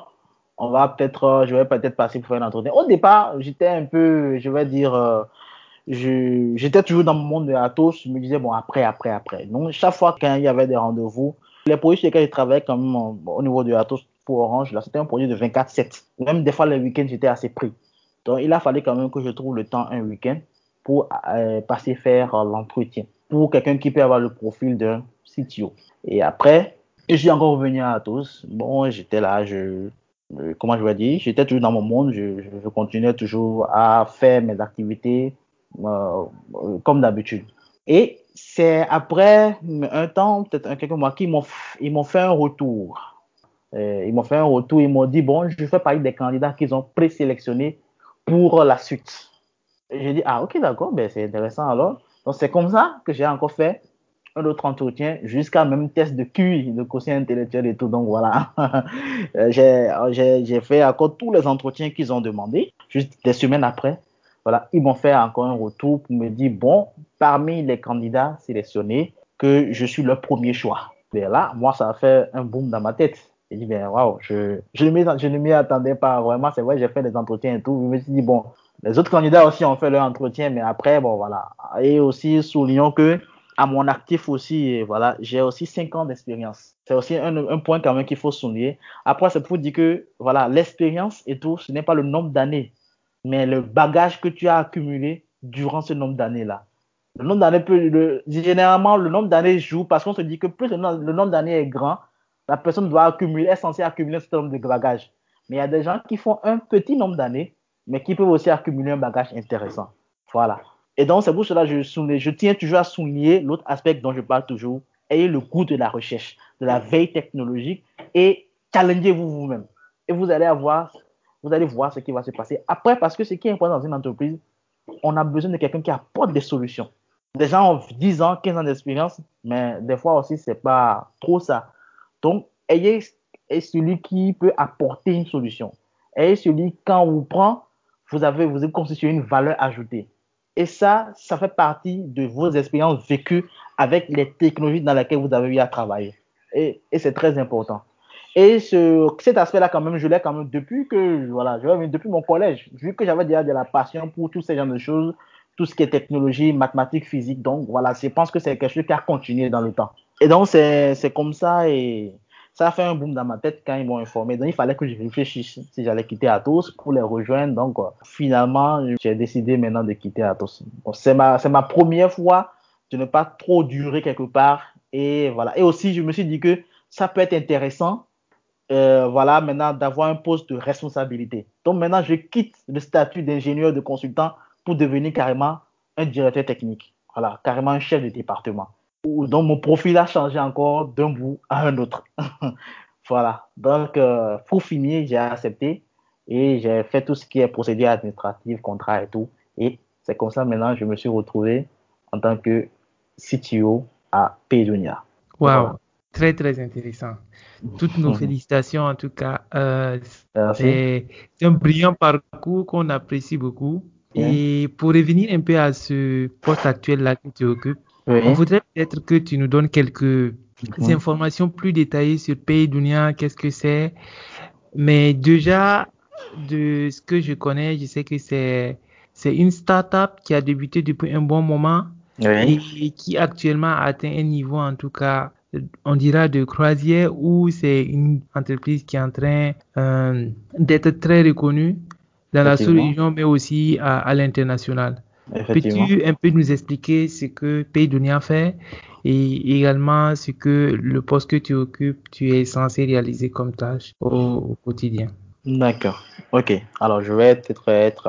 je vais peut-être passer pour faire un entretien. Au départ, j'étais un peu, je vais dire, j'étais toujours dans mon monde de Atos. Je me disais, bon, après. Donc, chaque fois qu'il y avait des rendez-vous, les projets sur lesquels je travaillais quand même au niveau de Atos pour Orange, là, c'était un projet de 24/7. Même des fois, les week-ends, j'étais assez pris. Donc, il a fallu quand même que je trouve le temps un week-end pour passer faire l'entretien. Pour quelqu'un qui peut avoir le profil d'un CTO. Et après, je suis encore revenu à Atos. Bon, j'étais là, comment je vais dire, j'étais toujours dans mon monde, je continuais toujours à faire mes activités comme d'habitude. Et c'est après un temps, peut-être quelques mois, ils m'ont fait un retour. Ils m'ont fait un retour, ils m'ont dit, bon, je fais partie des candidats qu'ils ont présélectionnés pour la suite. Et j'ai dit, ah ok, d'accord, ben, c'est intéressant alors. Donc c'est comme ça que j'ai encore fait un autre entretien jusqu'à même test de QI, de quotient intellectuel et tout. Donc voilà, j'ai fait encore tous les entretiens qu'ils ont demandé. Juste des semaines après, voilà, ils m'ont fait encore un retour pour me dire, bon, parmi les candidats sélectionnés, que je suis le premier choix. Et là, moi, ça a fait un boom dans ma tête. J'ai dit, ben, waouh, je ne m'y attendais pas vraiment. C'est vrai, j'ai fait des entretiens et tout. Je me suis dit, bon, les autres candidats aussi ont fait leur entretien, mais après, bon, voilà. Et aussi, soulignons que, à mon actif aussi, voilà, j'ai aussi 5 ans d'expérience. C'est aussi un point quand même qu'il faut souligner. Après, c'est pour dire que, voilà, l'expérience et tout, ce n'est pas le nombre d'années, mais le bagage que tu as accumulé durant ce nombre d'années-là. Le nombre d'années généralement, le nombre d'années joue parce qu'on se dit que plus le nombre d'années est grand, la personne doit accumuler, est censée accumuler un certain nombre de bagages. Mais il y a des gens qui font un petit nombre d'années, mais qui peuvent aussi accumuler un bagage intéressant. Voilà. Et donc, c'est pour cela que je tiens toujours à souligner l'autre aspect dont je parle toujours. Ayez le goût de la recherche, de la veille technologique et challengez-vous vous-même. Et vous allez voir ce qui va se passer. Après, parce que ce qui est important dans une entreprise, on a besoin de quelqu'un qui apporte des solutions. Des gens ont 10 ans, 15 ans d'expérience, mais des fois aussi, ce n'est pas trop ça. Donc, ayez celui qui peut apporter une solution. Ayez celui, quand on vous prend, vous constituez une valeur ajoutée. Et ça fait partie de vos expériences vécues avec les technologies dans lesquelles vous avez eu à travailler. Et c'est très important. Et cet aspect-là, quand même, je l'ai quand même depuis mon collège, vu que j'avais déjà de la passion pour tous ces genres de choses, tout ce qui est technologie, mathématiques, physique. Donc, voilà, je pense que c'est quelque chose qui a continué dans le temps. Et donc, c'est comme ça et ça a fait un boom dans ma tête quand ils m'ont informé. Donc, il fallait que je réfléchisse si j'allais quitter Atos pour les rejoindre. Donc, finalement, j'ai décidé maintenant de quitter Atos. Bon, c'est ma première fois de ne pas trop durer quelque part. Et voilà. Et aussi, je me suis dit que ça peut être intéressant voilà, maintenant d'avoir un poste de responsabilité. Donc maintenant, je quitte le statut d'ingénieur, de consultant pour devenir carrément un directeur technique. Voilà, carrément un chef de département. Donc mon profil a changé encore d'un bout à un autre. Voilà, donc pour finir, j'ai accepté et j'ai fait tout ce qui est procédure administrative, contrat et tout. Et c'est comme ça maintenant, je me suis retrouvé en tant que CTO à Paydunia. Waouh, Voilà. très très intéressant. Toutes nos félicitations en tout cas. Merci. C'est un brillant parcours qu'on apprécie beaucoup. Oui. Et pour revenir un peu à ce poste actuel-là que tu occupes, on Oui. voudrait peut-être que tu nous donnes quelques Mhm. informations plus détaillées sur Paydunia, qu'est-ce que c'est. Mais déjà, de ce que je connais, je sais que c'est une start-up qui a débuté depuis un bon moment Oui, et qui actuellement a atteint un niveau, en tout cas, on dira de croisière, où c'est une entreprise qui est en train d'être très reconnue dans la effectivement, sous-région, mais aussi à l'international. effectivement. Peux-tu un peu nous expliquer ce que Paydunia fait et également ce que le poste que tu occupes, tu es censé réaliser comme tâche au quotidien? D'accord. Ok. Alors, je vais peut-être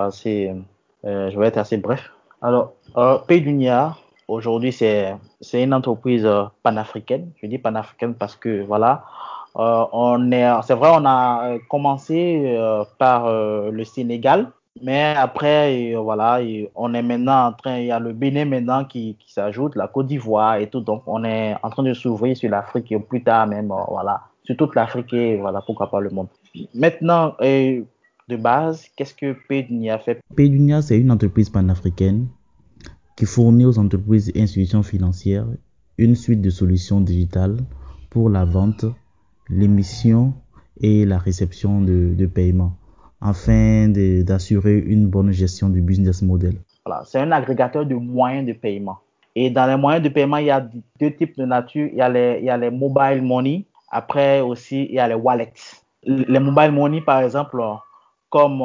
je vais être assez bref. Alors, Paydunia, aujourd'hui, c'est une entreprise panafricaine. Je dis panafricaine parce que, voilà, c'est vrai, on a commencé par le Sénégal, mais après, voilà, on est maintenant il y a le Bénin maintenant qui s'ajoute, la Côte d'Ivoire et tout. Donc, on est en train de s'ouvrir sur l'Afrique et plus tard même, voilà, sur toute l'Afrique et voilà, pourquoi pas le monde. Maintenant, de base, qu'est-ce que Paydunia fait? Paydunia, c'est une entreprise panafricaine qui fournit aux entreprises et institutions financières une suite de solutions digitales pour la vente, l'émission et la réception de paiements afin d'assurer une bonne gestion du business model. Voilà, c'est un agrégateur de moyens de paiement. Et dans les moyens de paiement, il y a deux types de nature. Il y a les mobile money. Après aussi, il y a les wallets. Les mobile money, par exemple, comme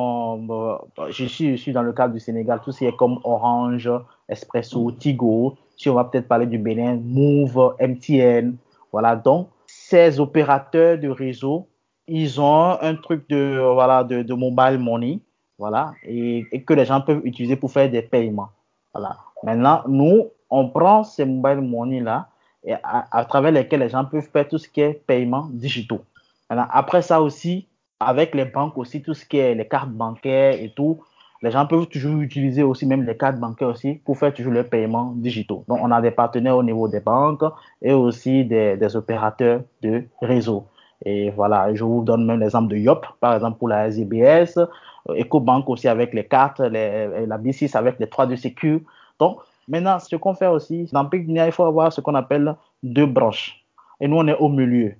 je suis dans le cadre du Sénégal, tout ce qui est comme Orange, Expresso, Tigo. Si on va peut-être parler du Bénin, Move, MTN. Voilà, donc ces opérateurs de réseau, ils ont un truc voilà, de mobile money, voilà, et que les gens peuvent utiliser pour faire des paiements. Voilà. Maintenant, nous, on prend ces mobile money-là et à travers lesquels les gens peuvent faire tout ce qui est paiement digitaux. Maintenant, après ça aussi, avec les banques aussi, tout ce qui est les cartes bancaires et tout, les gens peuvent toujours utiliser aussi même les cartes bancaires aussi pour faire toujours leurs paiements digitaux. Donc, on a des partenaires au niveau des banques et aussi des opérateurs de réseau. Et voilà, je vous donne même l'exemple de Yop, par exemple pour la SGBS, EcoBank aussi avec les cartes, la B6 avec les 3 de sécu. Donc, maintenant, ce qu'on fait aussi, dans Picnia, il faut avoir ce qu'on appelle deux branches. Et nous, on est au milieu.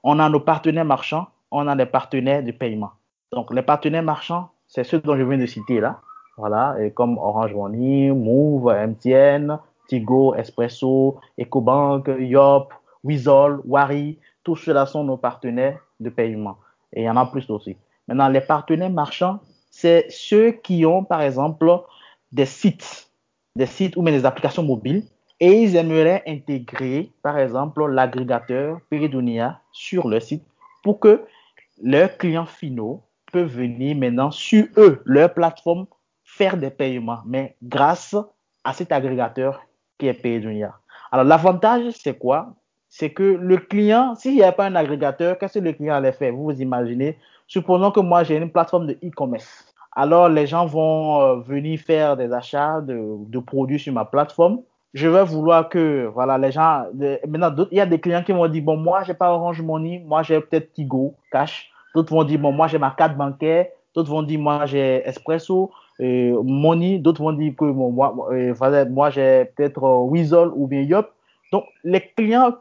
On a nos partenaires marchands, on a des partenaires de paiement. Donc, les partenaires marchands, c'est ceux dont je viens de citer là. Voilà, et comme Orange Money, Move, MTN, Tigo, Expresso, EcoBank, Yop, Wizall, Wari, tous ceux-là sont nos partenaires de paiement. Et il y en a plus aussi. Maintenant, les partenaires marchands, c'est ceux qui ont, par exemple, des sites ou même des applications mobiles et ils aimeraient intégrer, par exemple, l'agrégateur Peridunia sur le site pour que leurs clients finaux peuvent venir maintenant sur eux, leur plateforme, faire des paiements, mais grâce à cet agrégateur qui est Peridunia. Alors, l'avantage, c'est quoi? C'est que le client, s'il n'y a pas un agrégateur, qu'est-ce que le client allait faire? Vous vous imaginez? Supposons que moi, j'ai une plateforme de e-commerce. Alors, les gens vont venir faire des achats de produits sur ma plateforme. Je vais vouloir que, voilà, les gens, maintenant, il y a des clients qui vont dire, bon, moi, j'ai pas Orange Money, moi, j'ai peut-être Tigo, Cash. D'autres vont dire, bon, moi, j'ai ma carte bancaire. D'autres vont dire, moi, j'ai Expresso, Money. D'autres vont dire que, bon, moi, j'ai peut-être Wizall ou bien Yop. Donc, les clients,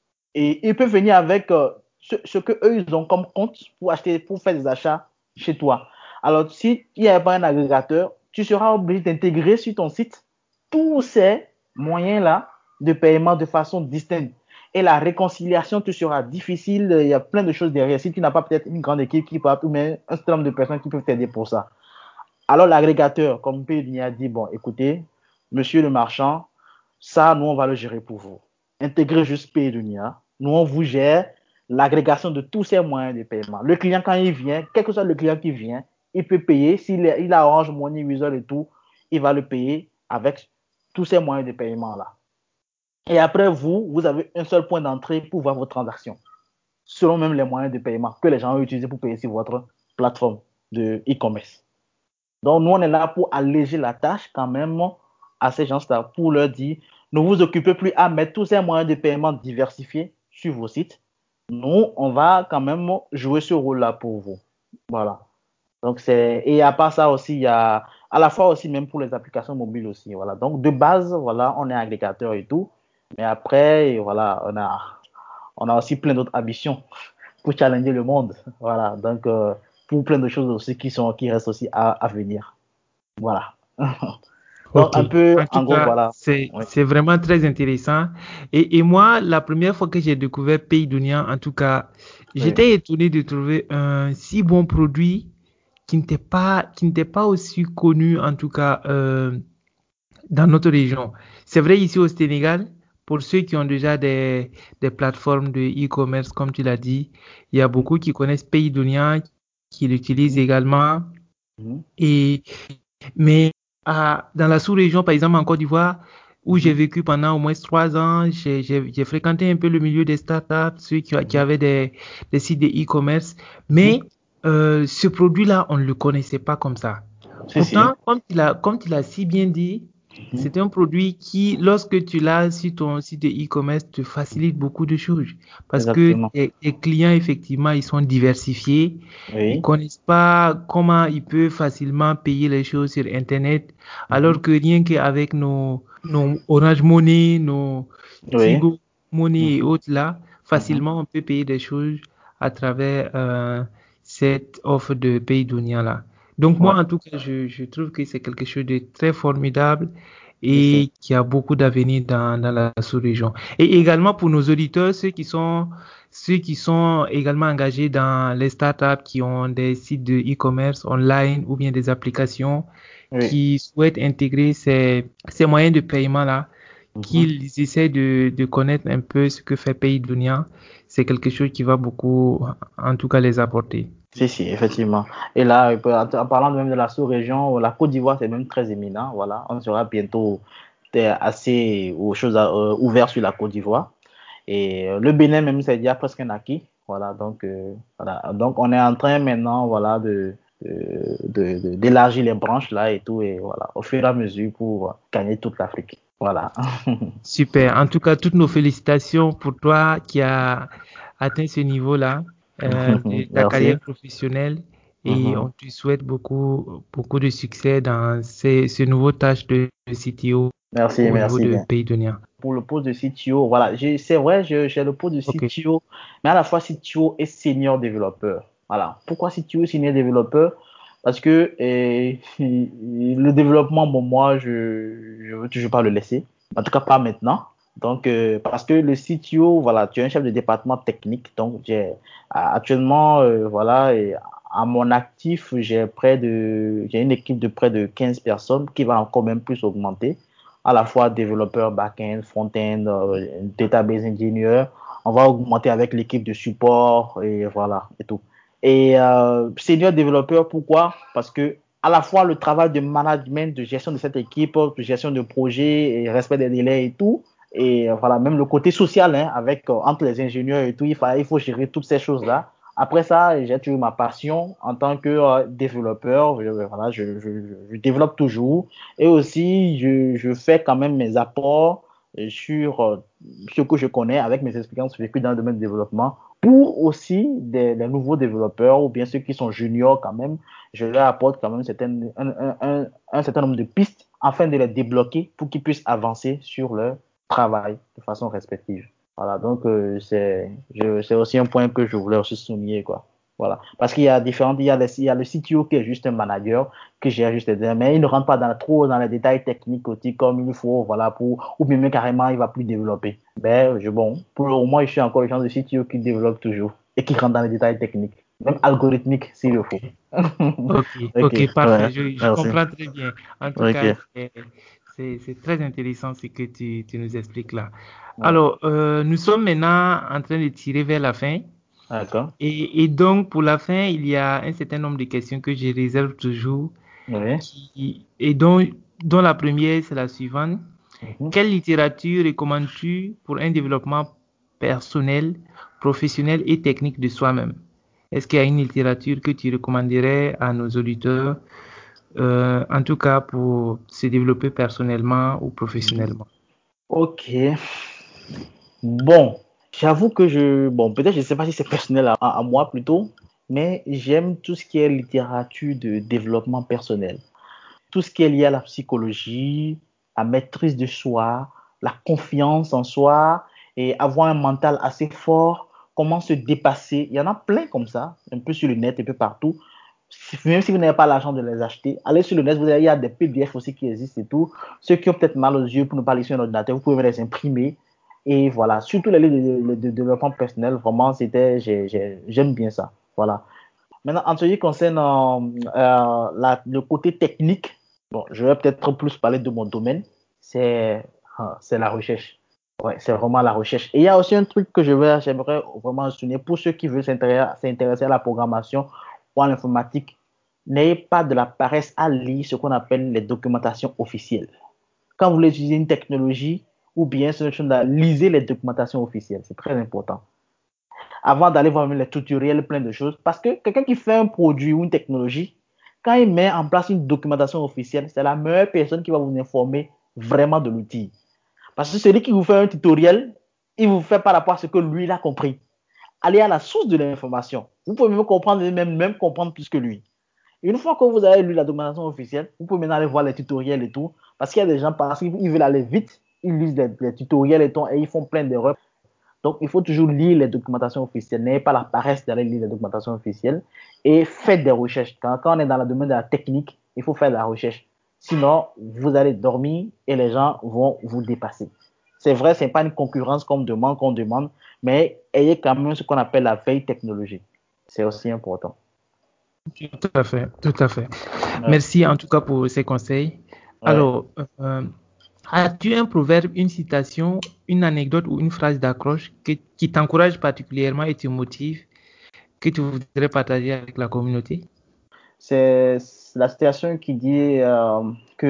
ils peuvent venir avec ce que eux ils ont comme compte pour acheter, pour faire des achats chez toi. Alors, si il n'y a pas un agrégateur, tu seras obligé d'intégrer sur ton site tous ces moyens-là de paiement de façon distincte. Et la réconciliation te sera difficile. Il y a plein de choses derrière. Si tu n'as pas peut-être une grande équipe qui peut, ou même un certain nombre de personnes qui peuvent t'aider pour ça. Alors, l'agrégateur, comme Paydunia a dit, bon, écoutez, monsieur le marchand, ça, nous, on va le gérer pour vous. Intégrez juste Paydunia. Nous, on vous gère l'agrégation de tous ces moyens de paiement. Le client, quand il vient, quel que soit le client qui vient, il peut payer. S'il a Orange Money, Wizall et tout, il va le payer avec tous ces moyens de paiement-là. Et après, vous avez un seul point d'entrée pour voir vos transactions, selon même les moyens de paiement que les gens ont utilisés pour payer sur votre plateforme de e-commerce. Donc, nous, on est là pour alléger la tâche quand même à ces gens-là, pour leur dire, ne vous occupez plus à mettre tous ces moyens de paiement diversifiés sur vos sites. Nous, on va quand même jouer ce rôle-là pour vous. Voilà. Donc, et à part ça aussi, il y a à la fois aussi même pour les applications mobiles aussi. Voilà. Donc, de base, voilà, on est agrégateur et tout. Mais après, voilà, on a aussi plein d'autres ambitions pour challenger le monde. Voilà. Donc, pour plein de choses aussi qui restent aussi à venir. Voilà. Donc, Ok. un peu, En tout en gros, cas, voilà. c'est Oui. c'est vraiment très intéressant. Et moi, la première fois que j'ai découvert Paydunia, en tout cas, Oui. j'étais étonné de trouver un si bon produit qui n'était pas aussi connu, en tout cas, dans notre région. C'est vrai ici au Sénégal, pour ceux qui ont déjà des plateformes de e-commerce, comme tu l'as dit, il y a beaucoup qui connaissent Paydunia, qui l'utilisent Mhm. également. Mhm. Et mais dans la sous-région, par exemple en Côte d'Ivoire, où j'ai Mhm. vécu pendant au moins 3 ans, j'ai fréquenté un peu le milieu des startups, ceux qui Mhm. avaient des sites de e-commerce, Mhm. mais ce produit-là, on ne le connaissait pas comme ça. Si, si. Pourtant, comme tu l'as si bien dit, Mhm. c'est un produit qui, lorsque tu l'as sur ton site de e-commerce, te facilite beaucoup de choses. Parce que Exactement. tes clients, effectivement, ils sont diversifiés. Ils Oui. connaissent pas comment ils peuvent facilement payer les choses sur Internet. Alors Mhm. que rien qu'avec nos Orange Money, nos Oui. Tigo Money et Mhm. autres là, Mhm. facilement on peut payer des choses à travers cette offre de Paydunia là. Donc moi, Ouais. en tout cas, je trouve que c'est quelque chose de très formidable Si, si. et qui a beaucoup d'avenir dans la sous-région. Et également pour nos auditeurs, ceux qui sont également engagés dans les startups qui ont des sites de e-commerce online ou bien des applications Oui. qui souhaitent intégrer ces moyens de paiement-là, Mhm. qu'ils essaient de connaître un peu ce que fait Paydunia. C'est quelque chose qui va beaucoup, en tout cas, les apporter. Si, si, effectivement. Et là, en parlant même de la sous-région, la Côte d'Ivoire, c'est même très éminent. Voilà. On sera bientôt assez aux choses ouvertes sur la Côte d'Ivoire. Et le Bénin, même, c'est déjà presque un acquis. Voilà. Voilà. Donc, on est en train maintenant, voilà, d'élargir les branches là et tout. Et voilà, au fur et à mesure pour gagner toute l'Afrique. Voilà. Super. En tout cas, toutes nos félicitations pour toi qui a atteint ce niveau-là de ta Merci. carrière professionnelle et Mhm. on te souhaite beaucoup, beaucoup de succès dans ces nouveaux tâches de CTO. Merci, au niveau merci de bien. pays donniens. Pour le poste de CTO, voilà, c'est vrai, j'ai le poste de Ok. CTO, mais à la fois CTO et senior développeur. Voilà. Pourquoi CTO et senior développeur? Parce que le développement, bon, moi, je veux toujours pas le laisser. En tout cas, pas maintenant. Donc, parce que le CTO, voilà, tu es un chef de département technique. Donc, actuellement, voilà, et à mon actif, j'ai une équipe de près de 15 personnes qui va encore même plus augmenter à la fois développeur back-end, front-end, database engineer. On va augmenter avec l'équipe de support et voilà et tout. Et senior développeur, pourquoi? Parce que à la fois le travail de management, de gestion de cette équipe, de gestion de projet, et respect des délais et tout. Et voilà, même le côté social, hein, avec entre les ingénieurs et tout, il faut gérer toutes ces choses-là. Après ça, j'ai toujours ma passion en tant que développeur. Voilà, je développe toujours. Et aussi, je fais quand même mes apports sur ce que je connais avec mes expériences vécues dans le domaine du développement pour aussi des nouveaux développeurs ou bien ceux qui sont juniors quand même. Je leur apporte quand même un certain nombre de pistes afin de les débloquer pour qu'ils puissent avancer sur leur travail de façon respective. Voilà, donc c'est aussi un point que je voulais aussi souligner, quoi. Voilà. Parce qu'il y a différentes, il y a le CTO qui est juste un manager, qui gère juste les mais il ne rentre pas trop dans les détails techniques aussi comme il faut, voilà, ou bien carrément il va plus développer. Bon, pour le moment, je suis encore le genre de CTO qui développe toujours et qui rentre dans les détails techniques, même algorithmiques s'il le faut. Ok, Ok, ok, ouais, parfait. Je merci. comprends très bien. En tout cas, Ok, c'est très intéressant ce que tu nous expliques là. ouais, Alors, nous sommes maintenant en train de tirer vers la fin. d'accord. Et donc, pour la fin, il y a un certain nombre de questions que je réserve toujours, Oui. et dont la première, c'est la suivante. Mhm. Quelle littérature recommandes-tu pour un développement personnel, professionnel et technique de soi-même? Est-ce qu'il y a une littérature que tu recommanderais à nos auditeurs, en tout cas pour se développer personnellement ou Mhm. professionnellement? Ok. Bon, j'avoue que bon, peut-être je ne sais pas si c'est personnel à moi plutôt, mais j'aime tout ce qui est littérature de développement personnel. Tout ce qui est lié à la psychologie, la maîtrise de soi, la confiance en soi et avoir un mental assez fort, comment se dépasser. Il y en a plein comme ça, un peu sur le net, un peu partout. Même si vous n'avez pas l'argent de les acheter, allez sur le net, il y a des PDF aussi qui existent et tout. Ceux qui ont peut-être mal aux yeux pour ne pas lire sur un ordinateur, vous pouvez les imprimer. Et voilà, surtout les livres de développement personnel, vraiment, j'aime bien ça. Voilà. Maintenant, en ce qui concerne le côté technique, bon, je vais peut-être plus parler de mon domaine, c'est la recherche. Ouais, c'est vraiment la recherche. Et il y a aussi un truc que j'aimerais vraiment souligner pour ceux qui veulent s'intéresser à la programmation ou à l'informatique, n'ayez pas de la paresse à lire ce qu'on appelle les documentations officielles. Quand vous voulez utiliser une technologie ou bien lisez les documentations officielles, c'est très important avant d'aller voir les tutoriels, plein de choses. Parce que quelqu'un qui fait un produit ou une technologie, quand il met en place une documentation officielle, c'est la meilleure personne qui va vous informer vraiment de l'outil. Parce que celui qui vous fait un tutoriel, il vous fait par rapport à ce que lui, il a compris. Allez à la source de l'information. Vous pouvez même comprendre, même comprendre plus que lui. Et une fois que vous avez lu la documentation officielle, vous pouvez maintenant aller voir les tutoriels et tout. Parce qu'il y a des gens, parce qu'ils veulent aller vite, ils lisent les tutoriels et tout, et ils font plein d'erreurs. Donc, il faut toujours lire les documentations officielles. N'ayez pas la paresse d'aller lire les documentations officielles et faites des recherches. Quand on est dans le domaine de la technique, il faut faire de la recherche. Sinon, vous allez dormir et les gens vont vous dépasser. C'est vrai, ce n'est pas une concurrence qu'on demande, mais ayez quand même ce qu'on appelle la veille technologique. C'est aussi important. Tout à fait, tout à fait. Ouais. Merci en tout cas pour ces conseils. Ouais. Alors, as-tu un proverbe, une citation, une anecdote ou une phrase d'accroche qui t'encourage particulièrement et te motive, que tu voudrais partager avec la communauté? C'est la citation qui dit que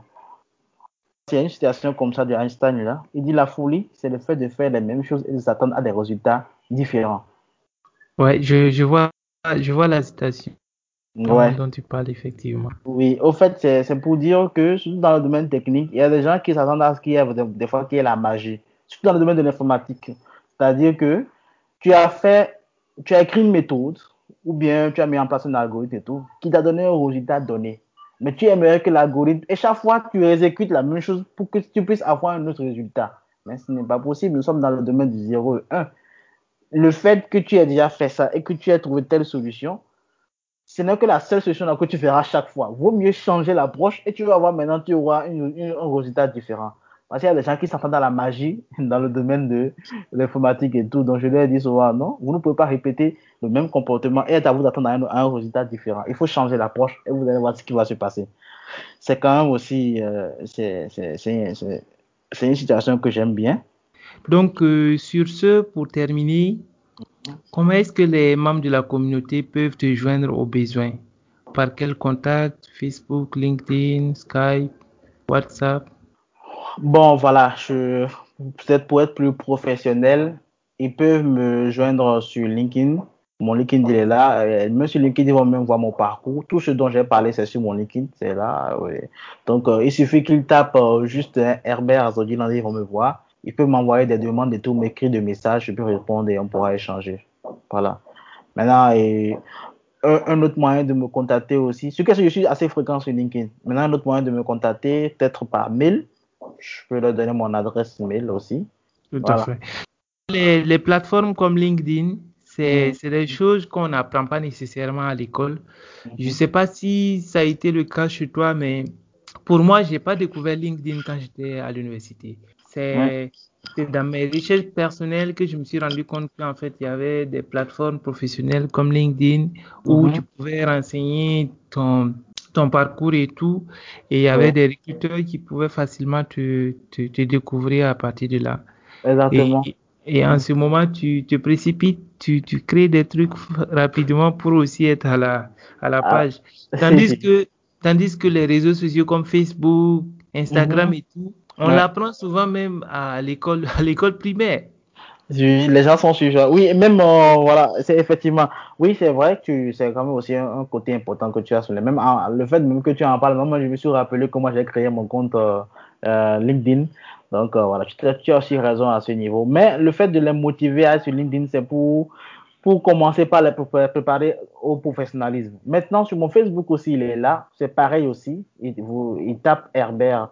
c'est une citation comme ça de Einstein là. Il dit la folie, c'est le fait de faire les mêmes choses et de s'attendre à des résultats différents. Ouais, je vois la citation Ouais. dont tu parles effectivement. Oui, au fait, c'est pour dire que, surtout dans le domaine technique, il y a des gens qui s'attendent à ce qu'il y ait des fois qu'il y ait la magie. Surtout dans le domaine de l'informatique. C'est-à-dire que tu as fait, tu as écrit une méthode, ou bien tu as mis en place un algorithme et tout, qui t'a donné un résultat donné. Mais tu aimerais que l'algorithme, et chaque fois, tu exécutes la même chose pour que tu puisses avoir un autre résultat. Mais ce n'est pas possible. Nous sommes dans le domaine du 0 et 1. Le fait que tu aies déjà fait ça et que tu aies trouvé telle solution, ce n'est que la seule solution que tu feras chaque fois. Vaut mieux changer l'approche et tu vas voir maintenant, tu auras un résultat différent. Parce qu'il y a des gens qui s'entendent dans la magie, dans le domaine de l'informatique et tout. Donc, je leur dis souvent, non, vous ne pouvez pas répéter le même comportement et à vous attendre à un résultat différent. Il faut changer l'approche et vous allez voir ce qui va se passer. C'est quand même aussi, c'est une situation que j'aime bien. Donc, sur ce, pour terminer, comment est-ce que les membres de la communauté peuvent te joindre au besoin? Par quel contact? Facebook, LinkedIn, Skype, WhatsApp? Bon, voilà, peut-être pour être plus professionnel, ils peuvent me joindre sur LinkedIn. Mon LinkedIn, il est là. Même sur LinkedIn, ils vont même voir mon parcours. Tout ce dont j'ai parlé, c'est sur mon LinkedIn, c'est là. Oui. Donc, il suffit qu'ils tapent juste Herbert Azodilande, ils vont me voir. Ils peuvent m'envoyer des demandes et tout, m'écrire des messages, je peux répondre et on pourra échanger. Voilà. Maintenant, un autre moyen de me contacter aussi, ce que je suis assez fréquent sur LinkedIn. Maintenant, un autre moyen de me contacter, peut-être par mail. Je peux leur donner mon adresse mail aussi. Tout à Voilà. fait. Les plateformes comme LinkedIn, Mhm. c'est des choses qu'on n'apprend pas nécessairement à l'école. Je ne Mhm. sais pas si ça a été le cas chez toi, mais pour moi, j'ai pas découvert LinkedIn quand j'étais à l'université. Ouais. C'est dans mes recherches personnelles que je me suis rendu compte qu'en fait, il y avait des plateformes professionnelles comme LinkedIn où tu Mhm. pouvais renseigner ton parcours et tout. Et il y avait Ouais. des recruteurs qui pouvaient facilement te découvrir à partir de là. Et, Exactement. et en Mhm. ce moment, tu te précipites, tu crées des trucs rapidement pour aussi être à la Ah, page. si, Tandis si. que, tandis que les réseaux sociaux comme Facebook, Instagram Mhm. et tout, on Ouais. l'apprend souvent même à l'école primaire. Les gens sont sur. Oui, même, voilà, c'est effectivement. Oui, c'est vrai que c'est quand même aussi un côté important que tu as sur les. Même le fait même que tu en parles, moi, je me suis rappelé comment j'ai créé mon compte LinkedIn. Donc, voilà, tu as aussi raison à ce niveau. Mais le fait de les motiver à être sur LinkedIn, c'est pour commencer par les préparer au professionnalisme. Maintenant, sur mon Facebook aussi, il est là. C'est pareil aussi. Il tape Herbert,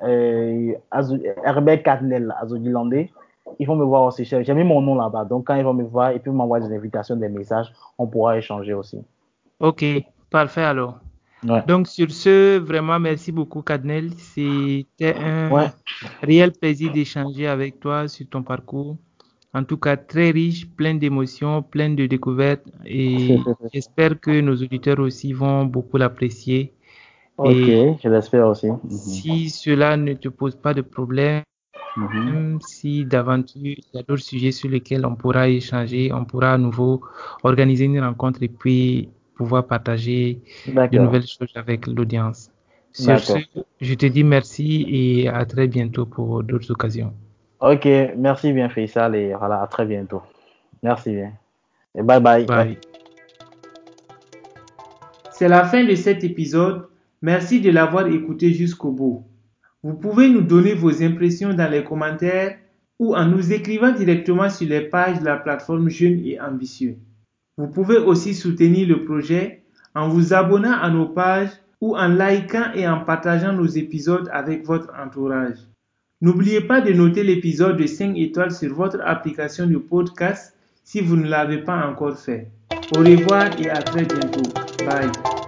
Herbert Cadnel Azodilandé. Ils vont me voir aussi. J'ai mis mon nom là-bas. Donc, quand ils vont me voir, ils peuvent m'envoyer des invitations, des messages. On pourra échanger aussi. Ok, parfait alors. Ouais. Donc sur ce, vraiment merci beaucoup Cadnel. C'était Ouais. un réel plaisir d'échanger avec toi sur ton parcours. En tout cas, très riche, plein d'émotions, plein de découvertes et j'espère que nos auditeurs aussi vont beaucoup l'apprécier. Ok, Et je l'espère aussi. Mhm. si cela ne te pose pas de problème, Mhm. même si d'aventure il y a d'autres sujets sur lesquels on pourra échanger, on pourra à nouveau organiser une rencontre et puis pouvoir partager de D'accord. nouvelles choses avec l'audience. Sur ce, D'accord. je te dis merci et à très bientôt pour d'autres occasions. Ok, merci bien, Faisal, et voilà, à très bientôt. Merci bien. Et bye bye. Ouais. Bye. C'est la fin de cet épisode. Merci de l'avoir écouté jusqu'au bout. Vous pouvez nous donner vos impressions dans les commentaires ou en nous écrivant directement sur les pages de la plateforme Jeunes et Ambitieux. Vous pouvez aussi soutenir le projet en vous abonnant à nos pages ou en likant et en partageant nos épisodes avec votre entourage. N'oubliez pas de noter l'épisode de 5 étoiles sur votre application de podcast si vous ne l'avez pas encore fait. Au revoir et à très bientôt. Bye.